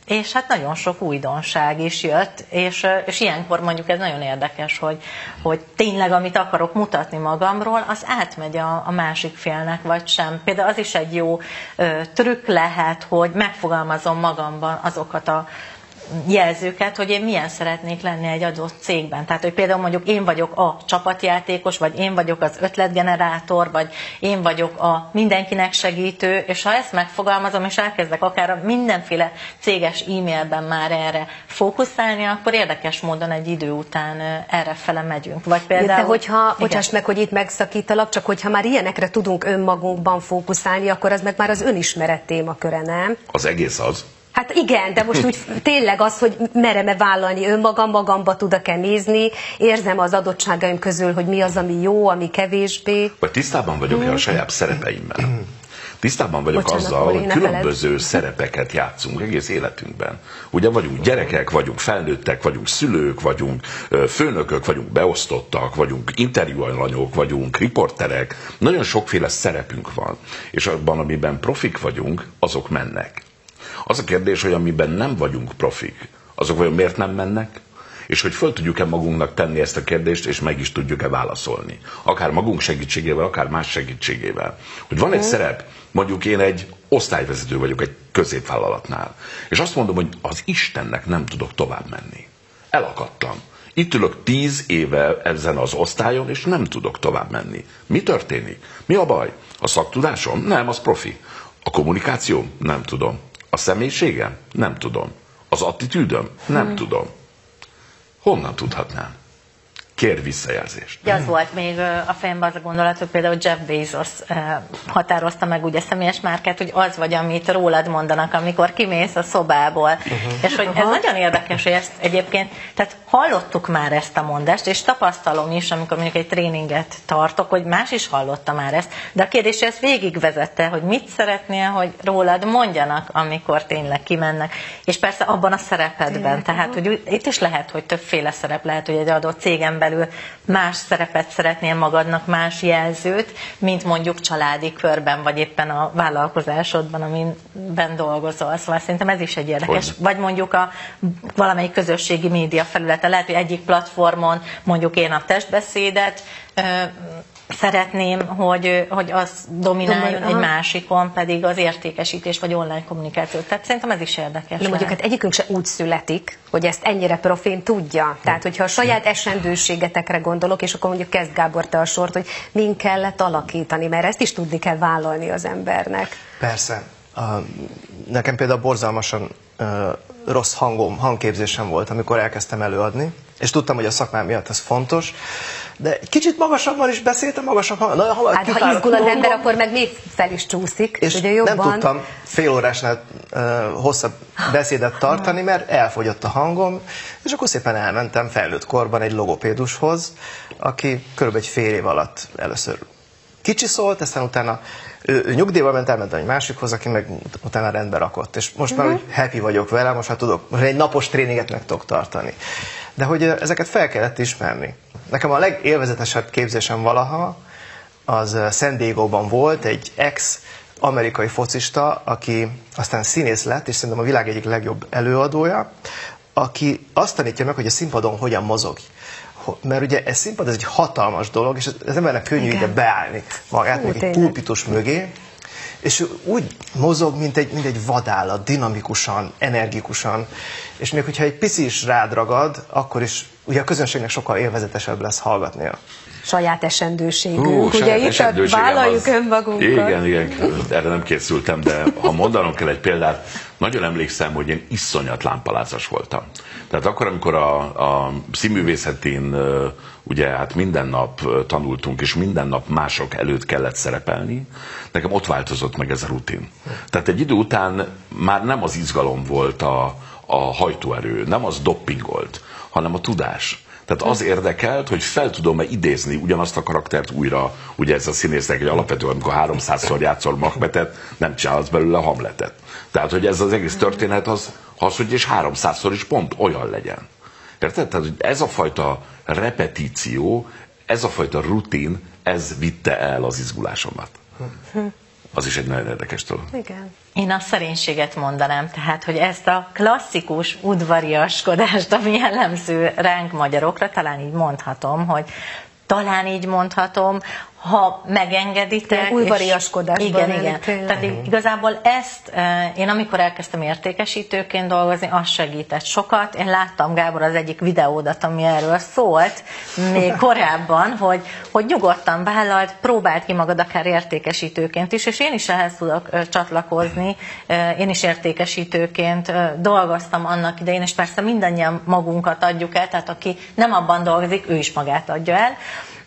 és hát nagyon sok újdonság is jött, és, és ilyenkor mondjuk ez nagyon érdekes, hogy, hogy tényleg amit akarok mutatni magamról, az átmegy a, a másik félnek, vagy sem. Például az is egy jó ö, trükk lehet, hogy megfogalmazom magamban azokat a jelzőket, hogy én milyen szeretnék lenni egy adott cégben. Tehát, hogy például mondjuk én vagyok a csapatjátékos, vagy én vagyok az ötletgenerátor, vagy én vagyok a mindenkinek segítő, és ha ezt megfogalmazom, és elkezdek akár mindenféle céges e-mailben már erre fókuszálni, akkor érdekes módon egy idő után errefele megyünk. Vagy például... De hogyha, bocsáss meg, hogy itt megszakítalak, csak hogyha már ilyenekre tudunk önmagunkban fókuszálni, akkor az meg már az önismeret témaköre, nem? Az egész az. Hát igen, de most úgy tényleg az, hogy merem-e vállalni önmagam, magamba tudok-e nézni, érzem az adottságaim közül, hogy mi az, ami jó, ami kevésbé. Vagy tisztában vagyok-e a saját szerepeimmel? Tisztában vagyok Bocsánat, azzal, hogy különböző feled. szerepeket játszunk egész életünkben. Ugye vagyunk gyerekek, vagyunk felnőttek, vagyunk szülők, vagyunk főnökök, vagyunk beosztottak, vagyunk interjúalanyok, vagyunk riporterek. Nagyon sokféle szerepünk van. És abban, amiben profik vagyunk, azok mennek. Az a kérdés, hogy amiben nem vagyunk profik, azok vajon miért nem mennek? És hogy föl tudjuk-e magunknak tenni ezt a kérdést, és meg is tudjuk-e válaszolni. Akár magunk segítségével, akár más segítségével. Hogy van egy szerep, mondjuk én egy osztályvezető vagyok egy középvállalatnál, és azt mondom, hogy az Istennek nem tudok tovább menni. Elakadtam. Itt ülök tíz éve ezen az osztályon, és nem tudok tovább menni. Mi történik? Mi a baj? A szaktudásom? Nem, az profi. A kommunikáció? Nem tudom. A személyiségem? Nem tudom. Az attitűdöm? Nem hmm. tudom. Honnan tudhatnám? Kér visszajelzést. Az volt még a fejemben az a gondolat, hogy például Jeff Bezos határozta meg ugye személyes márkát, hogy az vagy, amit rólad mondanak, amikor kimész a szobából. Uh-huh. És hogy ez nagyon érdekes, hogy ezt egyébként, tehát hallottuk már ezt a mondást, és tapasztalom is, amikor mondjuk egy tréninget tartok, hogy más is hallotta már ezt, de a kérdés, hogy ezt végigvezette, hogy mit szeretnél, hogy rólad mondjanak, amikor tényleg kimennek. És persze abban a szerepedben, tehát hogy itt is lehet, hogy többféle szerep lehet, hogy egy adott cégen belül más szerepet szeretnél magadnak, más jelzőt, mint mondjuk családi körben, vagy éppen a vállalkozásodban, amiben dolgozol. Szóval szerintem ez is egy érdekes. Hogy? Vagy mondjuk a valamelyik közösségi média felülete. Lehet, hogy egyik platformon mondjuk én a testbeszédet ö, szeretném, hogy, hogy az domináljon, egy másikon pedig az értékesítés vagy online kommunikáció. Tehát szerintem ez is érdekes. De mondjuk hát egyikünk se úgy születik, hogy ezt ennyire profén tudja. Tehát, hogyha a saját esendőségetekre gondolok, és akkor mondjuk kezd Gábor te a sort, hogy min kellett alakítani, mert ezt is tudni kell vállalni az embernek. Persze. Uh, nekem például borzalmasan uh, rossz hangom, hangképzésem volt, amikor elkezdtem előadni, és tudtam, hogy a szakmám miatt ez fontos, de egy kicsit magasabban is beszéltem, magasabb hangon. Hát ha izgul az ember, akkor meg még fel is csúszik. És ugye jobban... nem tudtam fél órásnál uh, hosszabb beszédet tartani, mert elfogyott a hangom, és akkor szépen elmentem felnőtt korban egy logopédushoz, aki körülbelül egy fél év alatt először kicsi szólt, aztán utána ő, ő nyugdíjba ment, elmentem egy másikhoz, aki meg utána rendbe rakott. És most uh-huh. már úgy happy vagyok vele, most már tudok, most egy napos tréninget meg tudok tartani. De hogy ezeket fel kellett ismerni. Nekem a legélvezetesebb képzésem valaha, az San Diegóban volt egy ex-amerikai focista, aki aztán színész lett, és szerintem a világ egyik legjobb előadója, aki azt tanítja meg, hogy a színpadon hogyan mozog. Mert ugye ez színpad, ez egy hatalmas dolog, és az embernek könnyű ide beállni magát, még egy pulpitus mögé, és úgy mozog, mint egy, mint egy vadállat, dinamikusan, energikusan, és még hogyha egy pici is rád ragad, akkor is ugye a közönségnek sokkal élvezetesebb lesz hallgatnia. Saját esendőségünk, Hú, ugye saját itt a vállaljuk az... önmagunkat. Igen, igen, erre nem készültem, de ha mondanom kell egy példát, nagyon emlékszem, hogy én iszonyat lámpalácas voltam. Tehát akkor, amikor a, a színművészetén ugye hát minden nap tanultunk, és minden nap mások előtt kellett szerepelni, nekem ott változott meg ez a rutin. Tehát egy idő után már nem az izgalom volt a, a hajtóerő, nem az doppingolt, hanem a tudás. Tehát az érdekelt, hogy fel tudom-e idézni ugyanazt a karaktert újra, ugye ez a színésznek egy alapvető, amikor háromszázszor játszol Macbethet, nem csinálsz belőle Hamletet. Tehát, hogy ez az egész történet az, az hogy és háromszázszor is pont olyan legyen. Érted? Tehát, hogy ez a fajta repetíció, ez a fajta rutin, ez vitte el az izgulásomat. az is egy nagyon érdekes dolog. Igen. Én a szerénységet mondanám, tehát, hogy ezt a klasszikus udvariaskodást, ami jellemző ránk magyarokra, talán így mondhatom, hogy talán így mondhatom, ha megengeditek. Udvariaskodásban. Igen, igen. Tényleg. Tehát igazából ezt, én amikor elkezdtem értékesítőként dolgozni, az segített sokat. Én láttam, Gábor, az egyik videódat, ami erről szólt, még korábban, hogy, hogy nyugodtan vállalt, próbáld ki magad akár értékesítőként is, és én is ehhez tudok csatlakozni. Én is értékesítőként dolgoztam annak idején, és persze mindannyian magunkat adjuk el, tehát aki nem abban dolgozik, ő is magát adja el.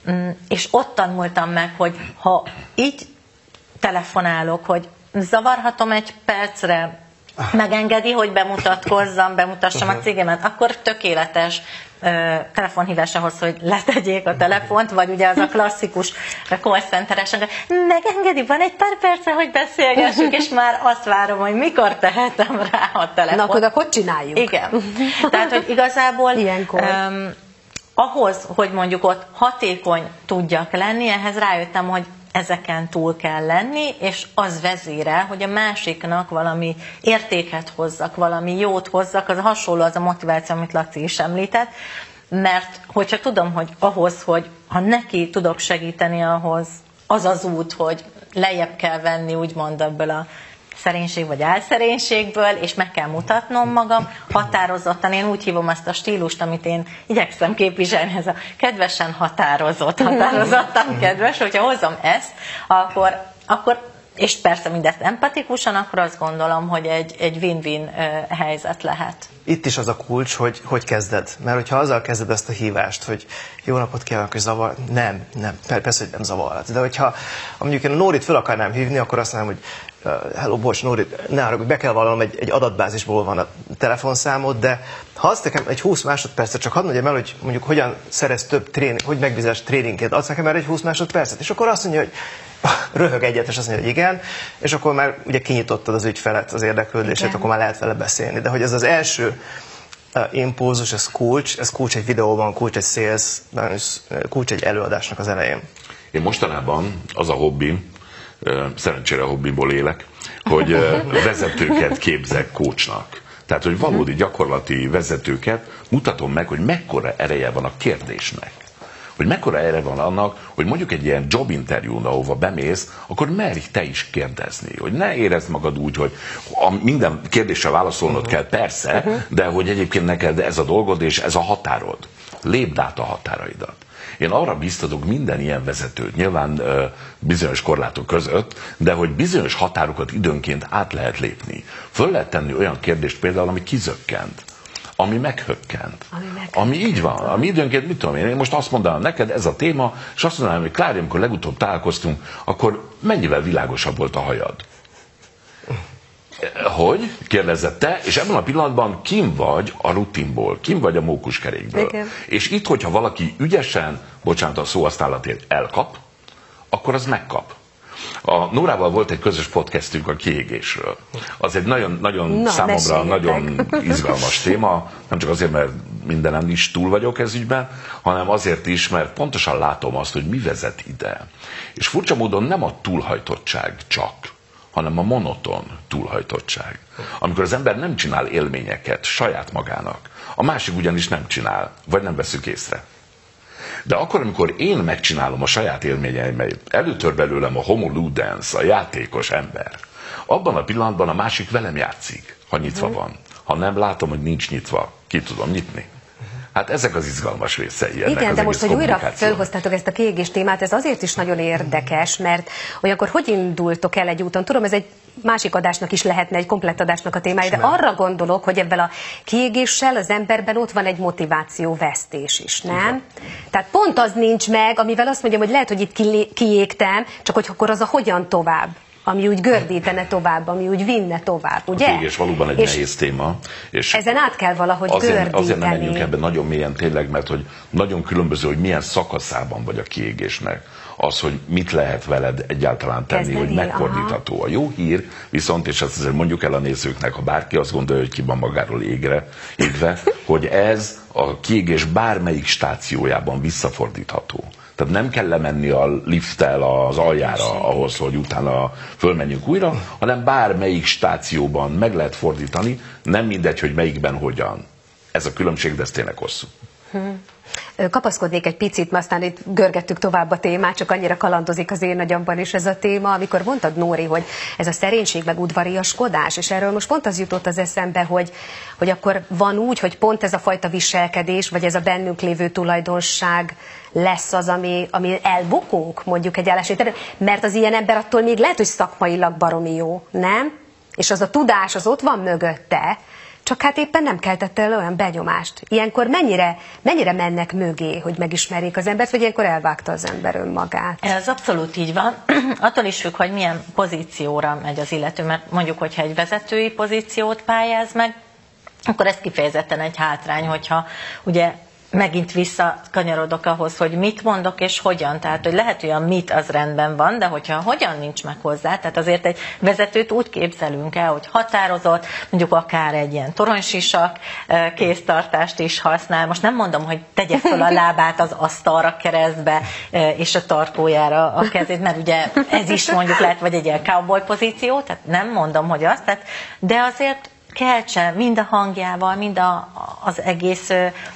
És ott tanultam meg, hogy ha így telefonálok, hogy zavarhatom egy percre, megengedi, hogy bemutatkozzam, bemutassam a cégemet, akkor tökéletes telefonhívás ahhoz, hogy letegyék a telefont, vagy ugye az a klasszikus call centeres, megengedi, van egy pár percre, hogy beszélgessünk, és már azt várom, hogy mikor tehetem rá a telefont. Na, akkor akkor csináljuk. Igen. Tehát, hogy igazából um, ahhoz, hogy mondjuk ott hatékony tudjak lenni, ehhez rájöttem, hogy ezeken túl kell lenni, és az vezérel, hogy a másiknak valami értéket hozzak, valami jót hozzak, az hasonló az a motiváció, amit Laci is említett, mert hogyha tudom, hogy ahhoz, hogy ha neki tudok segíteni, ahhoz az az út, hogy lejjebb kell venni, úgymond ebből a szerénység vagy álszerénységből, és meg kell mutatnom magam határozottan. Én úgy hívom ezt a stílust, amit én igyekszem képviselni, ez a kedvesen határozott, határozottan kedves. Hogyha hozom ezt, akkor, akkor és persze mindezt empatikusan, akkor azt gondolom, hogy egy, egy win-win helyzet lehet. Itt is az a kulcs, hogy hogy kezded. Mert hogyha azzal kezded ezt a hívást, hogy jó napot kívánok, hogy zavar, nem, nem, persze, hogy nem zavarhat. De hogyha mondjuk én a Nórit fel akarnám hívni, akkor azt mondom, hogy uh, hello, bocs, Nóri, ne arra, hogy be kell vallanom, egy, egy adatbázisból van a telefonszámod, de ha azt nekem egy húsz másodpercet, csak hadd mondjam el, hogy mondjuk hogyan szerez több tréning, hogy megbízás tréningként, adsz nekem erre egy húsz másodpercet, és akkor azt mondja, hogy röhög egyet, és azt mondja, hogy igen, és akkor már ugye kinyitottad az ügyfelet, az érdeklődését, igen. Akkor már lehet vele beszélni. De hogy ez az első uh, impulzus, ez kulcs, ez kulcs egy videóban, kulcs egy sales, kulcs egy előadásnak az elején. Én mostanában az a hobbim, uh, szerencsére a hobbimból élek, hogy uh, vezetőket képzek coachnak. Tehát, hogy valódi gyakorlati vezetőket mutatom meg, hogy mekkora ereje van a kérdésnek. Hogy mekkora erre van annak, hogy mondjuk egy ilyen job interjún, ahova bemész, akkor merj te is kérdezni. Hogy ne érezd magad úgy, hogy a minden kérdésre válaszolnod uh-huh. kell, persze, uh-huh. de hogy egyébként neked ez a dolgod és ez a határod. Lépd át a határaidat. Én arra biztatok minden ilyen vezetőt, nyilván ö, bizonyos korlátok között, de hogy bizonyos határokat időnként át lehet lépni. Föl lehet tenni olyan kérdést például, ami kizökkent. Ami meghökkent. Ami, ami így van. Ami időnként, mit tudom én, én most azt mondanám neked, ez a téma, és azt mondanám, hogy Klári, amikor legutóbb találkoztunk, akkor mennyivel világosabb volt a hajad? Hogy? Kérdezett te, és ebben a pillanatban kim vagy a rutinból, kim vagy a mókuskerékből. Igen. És itt, hogyha valaki ügyesen, bocsánat a szóhasználatért, elkap, akkor az megkap. A Nórával volt egy közös podcastünk a kiégésről. Az egy nagyon, nagyon Na, számomra nagyon izgalmas téma, nem csak azért, mert mindenen is túl vagyok ez ügyben, hanem azért is, mert pontosan látom azt, hogy mi vezet ide. És furcsa módon nem a túlhajtottság csak, hanem a monoton túlhajtottság. Amikor az ember nem csinál élményeket saját magának, a másik ugyanis nem csinál, vagy nem veszük észre. De akkor, amikor én megcsinálom a saját élményeimet, előtör belőlem a homo ludens, a játékos ember, abban a pillanatban a másik velem játszik, ha nyitva van. Ha nem látom, hogy nincs nyitva, ki tudom nyitni. Hát ezek az izgalmas részei ennek. Igen, az de most, hogy újra kommunikáció. felhoztátok ezt a kiégés témát, ez azért is nagyon érdekes, mert olyankor hogy indultok el egy úton? Tudom, ez egy másik adásnak is lehetne, egy komplett adásnak a témája, de arra gondolok, hogy ebben a kiégéssel az emberben ott van egy motivációvesztés is, nem? Igen. Tehát pont az nincs meg, amivel azt mondjam, hogy lehet, hogy itt kiégtem, csak hogy akkor az a hogyan tovább, ami úgy gördítene tovább, ami úgy vinne tovább, ugye? A kiégés valóban egy és nehéz téma. És ezen át kell valahogy azért, gördíteni. Azért nem menjünk ebben nagyon mélyen tényleg, mert hogy nagyon különböző, hogy milyen szakaszában vagy a kiégésnek. Az, hogy mit lehet veled egyáltalán tenni, kezdeni, hogy megfordítható. Aha. A jó hír viszont, és ezt azért mondjuk el a nézőknek, ha bárki azt gondolja, hogy ki van magáról égre, égve, hogy ez a kiégés bármelyik stációjában visszafordítható. Tehát nem kell lemenni a lifttel az aljára ahhoz, hogy utána fölmenjünk újra, hanem bármelyik stációban meg lehet fordítani, nem mindegy, hogy melyikben hogyan. Ez a különbség, de ez tényleg hosszú. Kapaszkodnék egy picit, mert aztán itt görgettük tovább a témát, csak annyira kalandozik az én agyamban is ez a téma, amikor mondtad, Nóri, hogy ez a szerénység meg udvariaskodás, és erről most pont az jutott az eszembe, hogy, hogy akkor van úgy, hogy pont ez a fajta viselkedés, vagy ez a bennünk lévő tulajdonság lesz az, ami, ami elbukunk, mondjuk egy állásvételre, mert az ilyen ember attól még lehet, hogy szakmailag baromi jó, nem? És az a tudás, az ott van mögötte, csak hát éppen nem keltette el olyan benyomást. Ilyenkor mennyire, mennyire mennek mögé, hogy megismerjék az embert, vagy ilyenkor elvágta az ember önmagát? Ez abszolút így van. Attól is függ, hogy milyen pozícióra megy az illető, mert mondjuk, hogyha egy vezetői pozíciót pályáz meg, akkor ez kifejezetten egy hátrány, hogyha ugye megint visszakanyarodok ahhoz, hogy mit mondok és hogyan. Tehát, hogy lehet, hogy a mit az rendben van, de hogyha hogyan nincs meg hozzá, tehát azért egy vezetőt úgy képzelünk el, hogy határozott, mondjuk akár egy ilyen toronysisak kéztartást is használ. Most nem mondom, hogy tegye fel a lábát az asztalra keresztbe és a tarkójára a kezét, mert ugye ez is mondjuk lehet, vagy egy ilyen cowboy pozíció, tehát nem mondom, hogy azt, tehát, de azért keltse mind a hangjával, mind a, az egész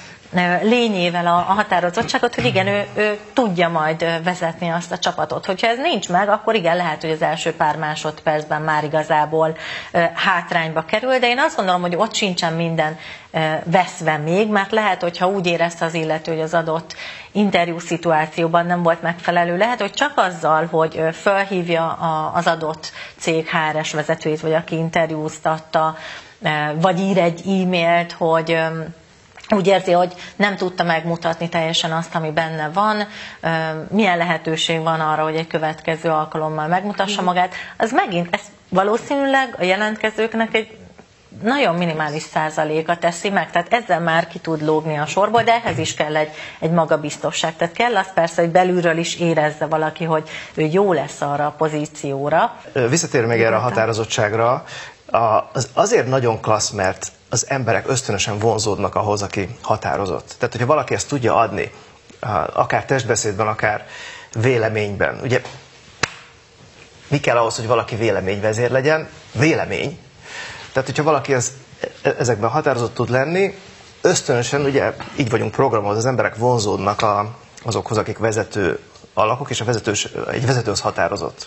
lényével a, a határozottságot, hogy igen, ő, ő tudja majd vezetni azt a csapatot. Hogyha ez nincs meg, akkor igen, lehet, hogy az első pár másodpercben már igazából uh, hátrányba kerül, de én azt gondolom, hogy ott sincsen minden uh, veszve még, mert lehet, hogyha úgy érezte az illető, hogy az adott interjú szituációban nem volt megfelelő, lehet, hogy csak azzal, hogy uh, felhívja a, az adott cég há er es vezetőjét, vagy aki interjúztatta, uh, vagy ír egy e-mailt, hogy um, úgy érzi, hogy nem tudta megmutatni teljesen azt, ami benne van, milyen lehetőség van arra, hogy egy következő alkalommal megmutassa magát. Az megint, ez valószínűleg a jelentkezőknek egy nagyon minimális százaléka teszi meg, tehát ezzel már ki tud lógni a sorból, de ehhez is kell egy, egy magabiztosság. Tehát kell az persze, hogy belülről is érezze valaki, hogy ő jó lesz arra a pozícióra. Visszatér még erre a határozottságra. Az azért nagyon klassz, mert az emberek ösztönösen vonzódnak ahhoz, aki határozott. Tehát, hogyha valaki ezt tudja adni, akár testbeszédben, akár véleményben. Ugye mi kell ahhoz, hogy valaki véleményvezér legyen? Vélemény. Tehát, hogyha valaki ez, ezekben határozott tud lenni, ösztönösen, ugye így vagyunk programozva, az emberek vonzódnak a, azokhoz, akik vezető alakok, és a vezetős, egy vezetőhoz határozott.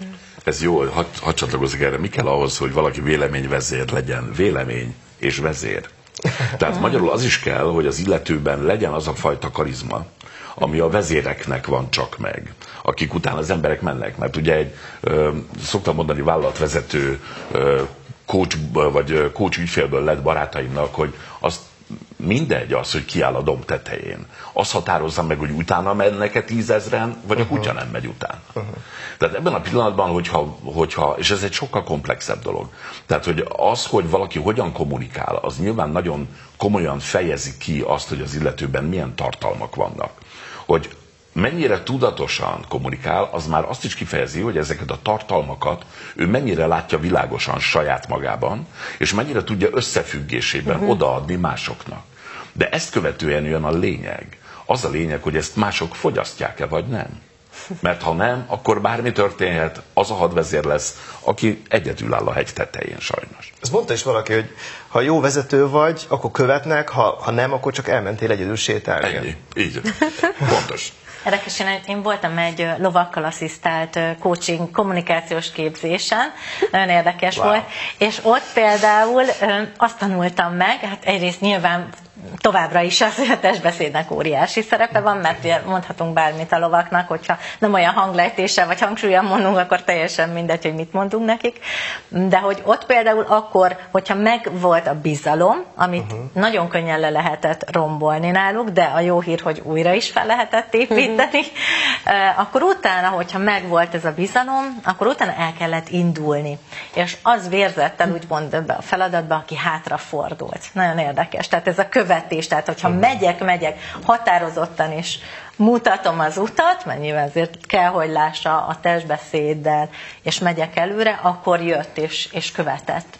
Ez jó, hadd had csatlakozik erre. Mi kell ahhoz, hogy valaki véleményvezér legyen? Vélemény és vezér. Tehát magyarul az is kell, hogy az illetőben legyen az a fajta karizma, ami a vezéreknek van csak meg, akik után az emberek mennek. Mert ugye egy, ö, szoktam mondani vállalatvezető ö, coach, vagy coach ügyfélből lett barátaimnak, hogy azt mindegy az, hogy kiáll a domb tetején. Azt határozza meg, hogy utána mennek-e tízezren, vagy a kutya nem megy utána. Uh-huh. Tehát ebben a pillanatban, hogyha, hogyha, és ez egy sokkal komplexebb dolog, tehát hogy az, hogy valaki hogyan kommunikál, az nyilván nagyon komolyan fejezi ki azt, hogy az illetőben milyen tartalmak vannak. Hogy mennyire tudatosan kommunikál, az már azt is kifejezi, hogy ezeket a tartalmakat ő mennyire látja világosan saját magában, és mennyire tudja összefüggésében uh-huh. odaadni másoknak. De ezt követően jön a lényeg. Az a lényeg, hogy ezt mások fogyasztják-e, vagy nem. Mert ha nem, akkor bármi történhet, az a hadvezér lesz, aki egyedül áll a hegy tetején sajnos. Ezt mondta is valaki, hogy ha jó vezető vagy, akkor követnek, ha, ha nem, akkor csak elmentél egyedül sétálni. Ennyi. Így. Pontos. Érdekes, én, én voltam egy lovakkal asszisztált coaching kommunikációs képzésen, nagyon érdekes wow. volt, és ott például azt tanultam meg, hát egyrészt nyilván továbbra is az, hogy a testbeszédnek óriási szerepe van, mert mondhatunk bármit a lovaknak, hogyha nem olyan hanglejtéssel vagy hangsúlyan mondunk, akkor teljesen mindegy, hogy mit mondunk nekik. De hogy ott például akkor, hogyha megvolt a bizalom, amit uh-huh. nagyon könnyen le lehetett rombolni náluk, de a jó hír, hogy újra is fel lehetett építeni, uh-huh. akkor utána, hogyha megvolt ez a bizalom, akkor utána el kellett indulni. És az vérzett el úgymond ebbe a feladatba, aki hátrafordult. Nagyon érdekes. Tehát ez a követés, tehát hogyha megyek, megyek határozottan is mutatom az utat, mert nyilván azért kell, hogy lássa a testbeszéddel, és megyek előre, akkor jött és, és követett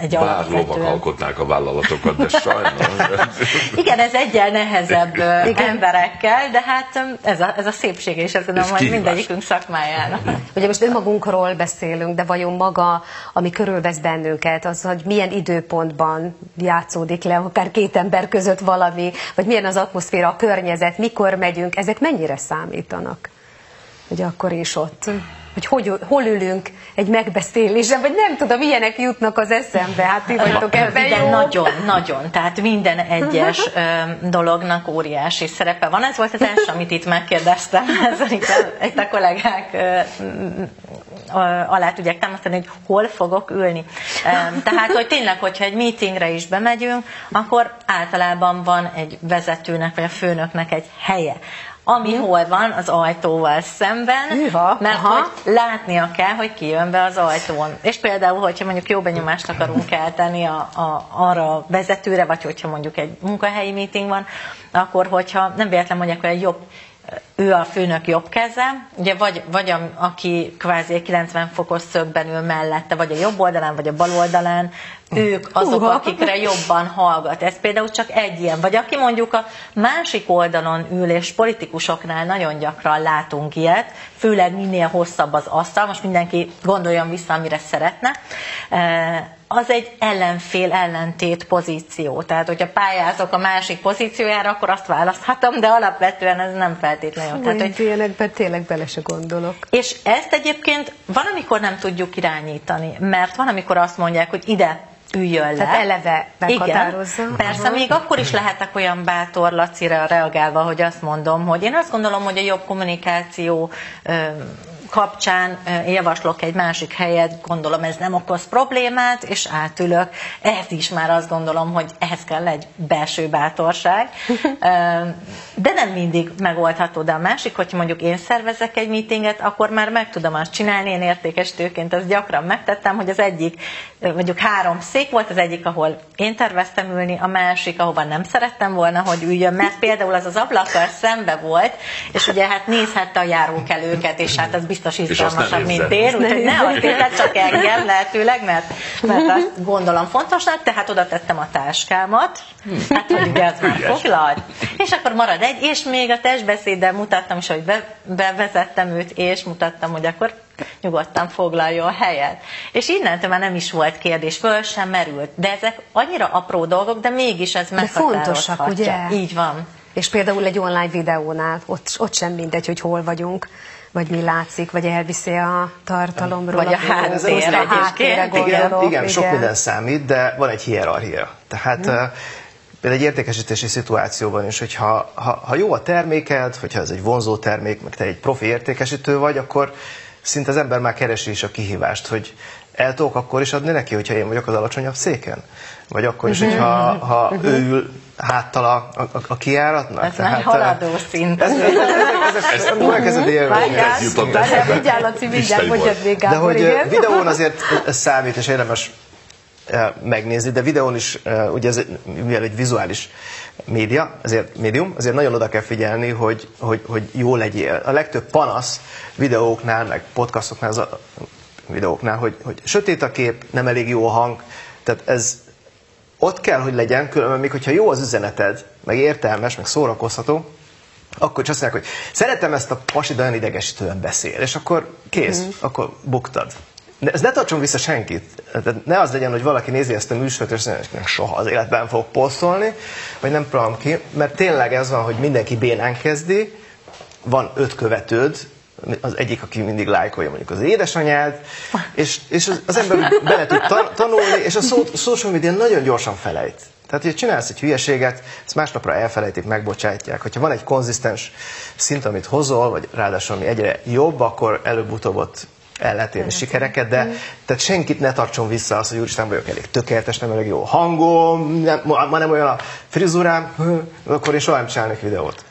egy Bár alapvetően... lovak alkotnák a vállalatokat, de sajnos... Igen, ez egyel nehezebb emberekkel, de hát ez a, ez a szépség, és ez gondolom, hogy mindegyikünk szakmájának. Ugye most önmagunkról beszélünk, de vajon maga, ami körülvesz bennünket, az, hogy milyen időpontban játszódik le, akár két ember között valami, vagy milyen az atmoszféra, a környezet, mikor megyünk, ezek mennyire számítanak? Hogy akkor is ott, hogy, hogy hol ülünk egy megbeszélésen, vagy nem tudom, ilyenek jutnak az eszembe, hát ti vagytok ebben jó. Nagyon, nagyon, tehát minden egyes dolognak óriási szerepe van. Ez volt az első, amit itt megkérdeztem, ez itt a kollégák alá tudják támasztani, hogy hol fogok ülni. Tehát, hogy tényleg, hogyha egy meetingre is bemegyünk, akkor általában van egy vezetőnek, vagy a főnöknek egy helye, ami hol van az ajtóval szemben, Hűha, mert aha. hogy látnia kell, hogy ki jön be az ajtón. És például, hogyha mondjuk jó benyomást akarunk eltenni a, a, arra a vezetőre, vagy hogyha mondjuk egy munkahelyi meeting van, akkor hogyha nem véletlen mondják, hogy egy jobb, ő a főnök jobb keze, ugye vagy, vagy a, aki kvázi egy kilencven fokos szögben ül mellette, vagy a jobb oldalán, vagy a bal oldalán, ők azok, akikre jobban hallgat. Ez például csak egy ilyen. Vagy aki mondjuk a másik oldalon ül, és politikusoknál nagyon gyakran látunk ilyet, főleg minél hosszabb az asztal, most mindenki gondoljon vissza, amire szeretne, az egy ellenfél, ellentét pozíció. Tehát, hogyha pályázok a másik pozíciójára, akkor azt választhatom, de alapvetően ez nem feltétlenül. Fú, Tehát, hogy ilyenekben tényleg bele se gondolok. És ezt egyébként van, amikor nem tudjuk irányítani, mert van, amikor azt mondják, hogy ide üljön le. Tehát eleve meghatározza. Igen, persze, még akkor is lehetek olyan bátor, Lacira reagálva, hogy azt mondom, hogy én azt gondolom, hogy a jobb kommunikáció kapcsán javaslok egy másik helyet, gondolom ez nem okoz problémát, és átülök. Ez is már azt gondolom, hogy ehhez kell egy belső bátorság. De nem mindig megoldható, de a másik, hogyha mondjuk én szervezek egy meetinget, akkor már meg tudom azt csinálni, én értékesítőként azt gyakran megtettem, hogy az egyik, mondjuk három szék volt, az egyik, ahol én terveztem ülni, a másik, ahova nem szerettem volna, hogy üljön, mert például az az ablakkal szembe volt, és ugye hát nézhette a járókelőket, és hát az biztos izgalmasabb, mint én, úgyhogy ne adj tényleg csak engem lehetőleg, mert, mert azt gondolom fontosnak, tehát oda tettem a táskámat, hát hogy ugye az már foglalt, és akkor marad egy, és még a testbeszéddel mutattam is, hogy be, bevezettem őt, és mutattam, hogy akkor nyugodtan foglaljon helyet. És innentől már nem is volt kérdés, föl sem merült, de ezek annyira apró dolgok, de mégis ez meghatározhatja. Fontosak, ugye? Így van. És például egy online videónál, ott, ott sem mindegy, hogy hol vagyunk, vagy mi látszik, vagy elviszi a tartalomról. Vagy a háttérre egyébként. Igen, igen, sok minden számít, de van egy hierarchia. Tehát hmm. például egy értékesítési szituációban is, hogyha ha, ha jó a terméked, hogyha ez egy vonzó termék, meg te egy profi értékesítő vagy, akkor szinte az ember már keresi is a kihívást, hogy el tudok akkor is adni neki, hogyha én vagyok az alacsonyabb széken? Vagy akkor is, hogyha ha ő ül háttal a, a, a kijáratnak? Ez már haladó szint. Elkezded élni. Vigyál, Laci, mindjárt mondjad még, de hogy videón azért ez számít, és érdemes megnézni, de videón is, ugye ez mivel egy vizuális média, azért médium, azért nagyon oda kell figyelni, hogy, hogy, hogy jó legyél. A legtöbb panasz videóknál, meg podcastoknál, az a videóknál, hogy, hogy sötét a kép, nem elég jó a hang, tehát ez ott kell, hogy legyen, különben még hogyha jó az üzeneted, meg értelmes, meg szórakoztató, akkor is azt mondják, hogy szeretem ezt a pasid, olyan idegesítően beszél, és akkor kész, mm. akkor buktad. De ez ne tartson vissza senkit. Tehát ne az legyen, hogy valaki nézi ezt a műsort, és mondja, hogy soha az életben fog posztolni, vagy nem próbálom ki, mert tényleg ez van, hogy mindenki bénán kezdi, van öt követőd, az egyik, aki mindig lájkolja mondjuk az édesanyád, és, és az, az ember bele tud tanulni, és a social media nagyon gyorsan felejt. Tehát, hogy csinálsz egy hülyeséget, ezt másnapra elfelejtik, megbocsátják. Hogyha van egy konzisztens szint, amit hozol, vagy ráadásul ami egyre jobb, akkor előbb-utóbb ott el lehet érni sikereket, de tehát senkit ne tartson vissza az, hogy úristen, vagyok elég tökéletes, nem elég jó hangom, nem, ma nem olyan a frizurám, akkor én soha nem csinálnék videót.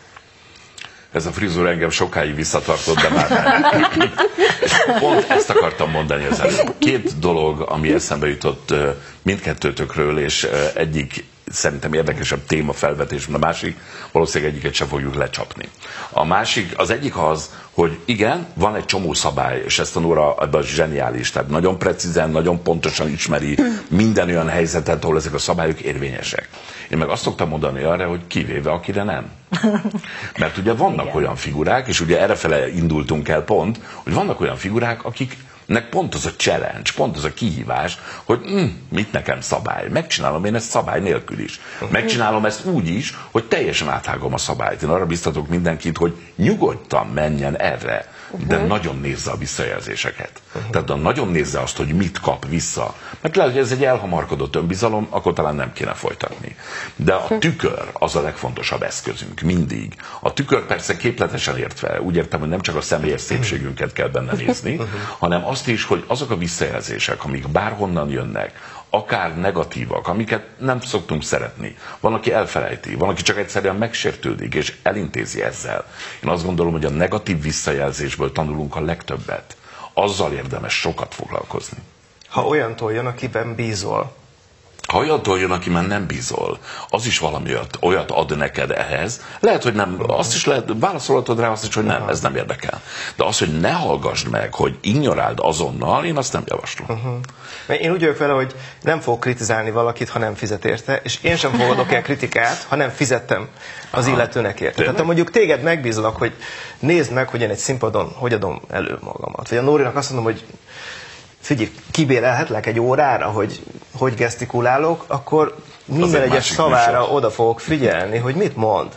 Ez a frizura engem sokáig visszatartott, de már nem. És pont ezt akartam mondani az előbb. Két dolog, ami eszembe jutott mindkettőtökről, és egyik szerintem érdekesebb témafelvetés, mint a másik, valószínűleg egyiket sem fogjuk lecsapni. A másik, az egyik az, hogy igen, van egy csomó szabály, és ezt a Nóra ebben zseniális, tehát nagyon precízen, nagyon pontosan ismeri minden olyan helyzetet, ahol ezek a szabályok érvényesek. Én meg azt szoktam mondani arra, hogy kivéve, akire nem. Mert ugye vannak igen. olyan figurák, és ugye errefele indultunk el pont, hogy vannak olyan figurák, akiknek pont az a challenge, pont az a kihívás, hogy mm, mit nekem szabály. Megcsinálom én ezt szabály nélkül is. Megcsinálom ezt úgy is, hogy teljesen áthágom a szabályt. Én arra biztatok mindenkit, hogy nyugodtan menjen erre, de uh-huh. nagyon nézze a visszajelzéseket. Uh-huh. Tehát de nagyon nézze azt, hogy mit kap vissza. Mert lehet, hogy ez egy elhamarkodott önbizalom, akkor talán nem kéne folytatni. De a tükör az a legfontosabb eszközünk, mindig. A tükör persze képletesen értve, úgy értem, hogy nem csak a személyes szépségünket kell benne nézni, uh-huh. hanem azt is, hogy azok a visszajelzések, amik bárhonnan jönnek, akár negatívak, amiket nem szoktunk szeretni. Van, aki elfelejti, van, aki csak egyszerűen megsértődik, és elintézi ezzel. Én azt gondolom, hogy a negatív visszajelzésből tanulunk a legtöbbet. Azzal érdemes sokat foglalkozni. Ha olyantól jön, akiben bízol. Ha olyantól jön, akiben nem bízol, az is valami olyat, olyat ad neked ehhez. Lehet, hogy nem, azt is lehet, válaszolhatod rá azt is, hogy nem, ez nem érdekel. De az, hogy ne hallgassd meg, hogy ignoráld azonnal, én azt nem javaslom. Uh-huh. Mert én úgy vagyok vele, hogy nem fogok kritizálni valakit, ha nem fizet érte, és én sem fogadok el kritikát, ha nem fizettem az Aha. illetőnek érte. Tényleg? Tehát ha mondjuk téged megbízlak, hogy nézd meg, hogy én egy színpadon hogy adom elő magamat. Vagy a Nórinak azt mondom, hogy figyelj, kibérelhetlek egy órára, hogy hogy gesztikulálok, akkor minden egyes szavára műsor. Oda fogok figyelni, hogy mit mond.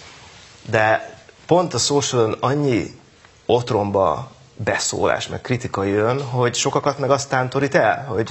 De pont a socialon annyi otromba beszólás, meg kritika jön, hogy sokakat meg azt tántorít el, hogy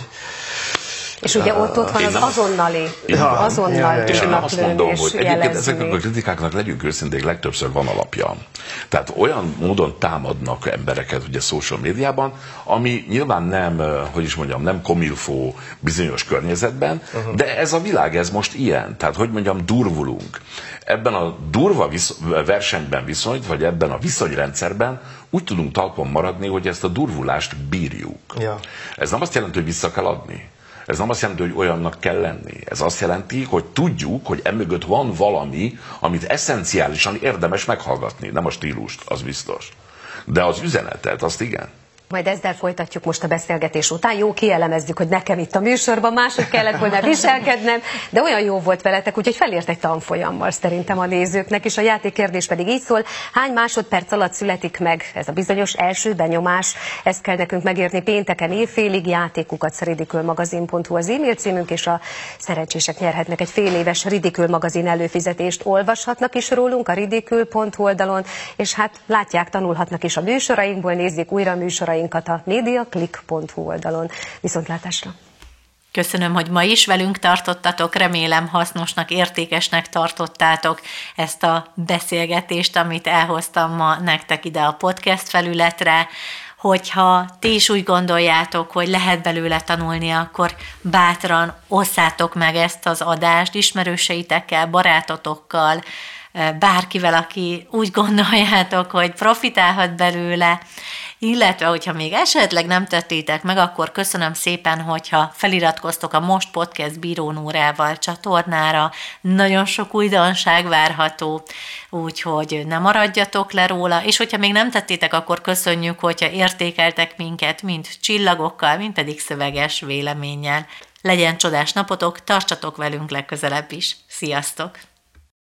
és ugye ott, ott van az azonnali, azonnal tudnak és egyébként ezeknek a kritikáknak, legyünk őszinték, legtöbbször van alapja. Tehát olyan módon támadnak embereket ugye social médiában, ami nyilván nem, hogy is mondjam, nem komilfó bizonyos környezetben, uh-huh. de ez a világ, ez most ilyen. Tehát, hogy mondjam, durvulunk. Ebben a durva visz- versenyben viszont, vagy ebben a viszonyrendszerben úgy tudunk talpon maradni, hogy ezt a durvulást bírjuk. Ja. Ez nem azt jelenti, hogy vissza kell adni. Ez nem azt jelenti, hogy olyannak kell lenni. Ez azt jelenti, hogy tudjuk, hogy emögött van valami, amit eszenciálisan érdemes meghallgatni. Nem a stílust, az biztos. De az üzenetet, azt igen. Majd ezzel folytatjuk most a beszélgetés után. Jó, kielemezzük, hogy nekem itt a műsorban máshogy kellett volna viselkednem, de olyan jó volt veletek, úgyhogy felért egy tanfolyammal szerintem a nézőknek, és a játékkérdés pedig így szól: hány másodperc alatt születik meg ez a bizonyos első benyomás? Ezt kell nekünk megérni pénteken évfélig, játékukat ridicule pont hu az e-mail címünk, és a szerencsések nyerhetnek egy fél éves Ridicule magazin előfizetést, olvashatnak is rólunk a ridicule pont hu oldalon, és hát látják, tanulhatnak is a műsorainkból, nézzék újra a műsorainkat a mediaclick pont hu oldalon. Viszontlátásra! Köszönöm, hogy ma is velünk tartottatok, remélem hasznosnak, értékesnek tartottátok ezt a beszélgetést, amit elhoztam ma nektek ide a podcast felületre. Hogyha ti is úgy gondoljátok, hogy lehet belőle tanulni, akkor bátran osszátok meg ezt az adást ismerőseitekkel, barátotokkal, bárkivel, aki úgy gondoljátok, hogy profitálhat belőle, illetve, hogyha még esetleg nem tettétek meg, akkor köszönöm szépen, hogyha feliratkoztok a Most Podcast Bíró Nórával csatornára. Nagyon sok újdonság várható, úgyhogy ne maradjatok le róla, és hogyha még nem tettétek, akkor köszönjük, hogyha értékeltek minket, mind csillagokkal, mind pedig szöveges véleménnyel. Legyen csodás napotok, tartsatok velünk legközelebb is. Sziasztok!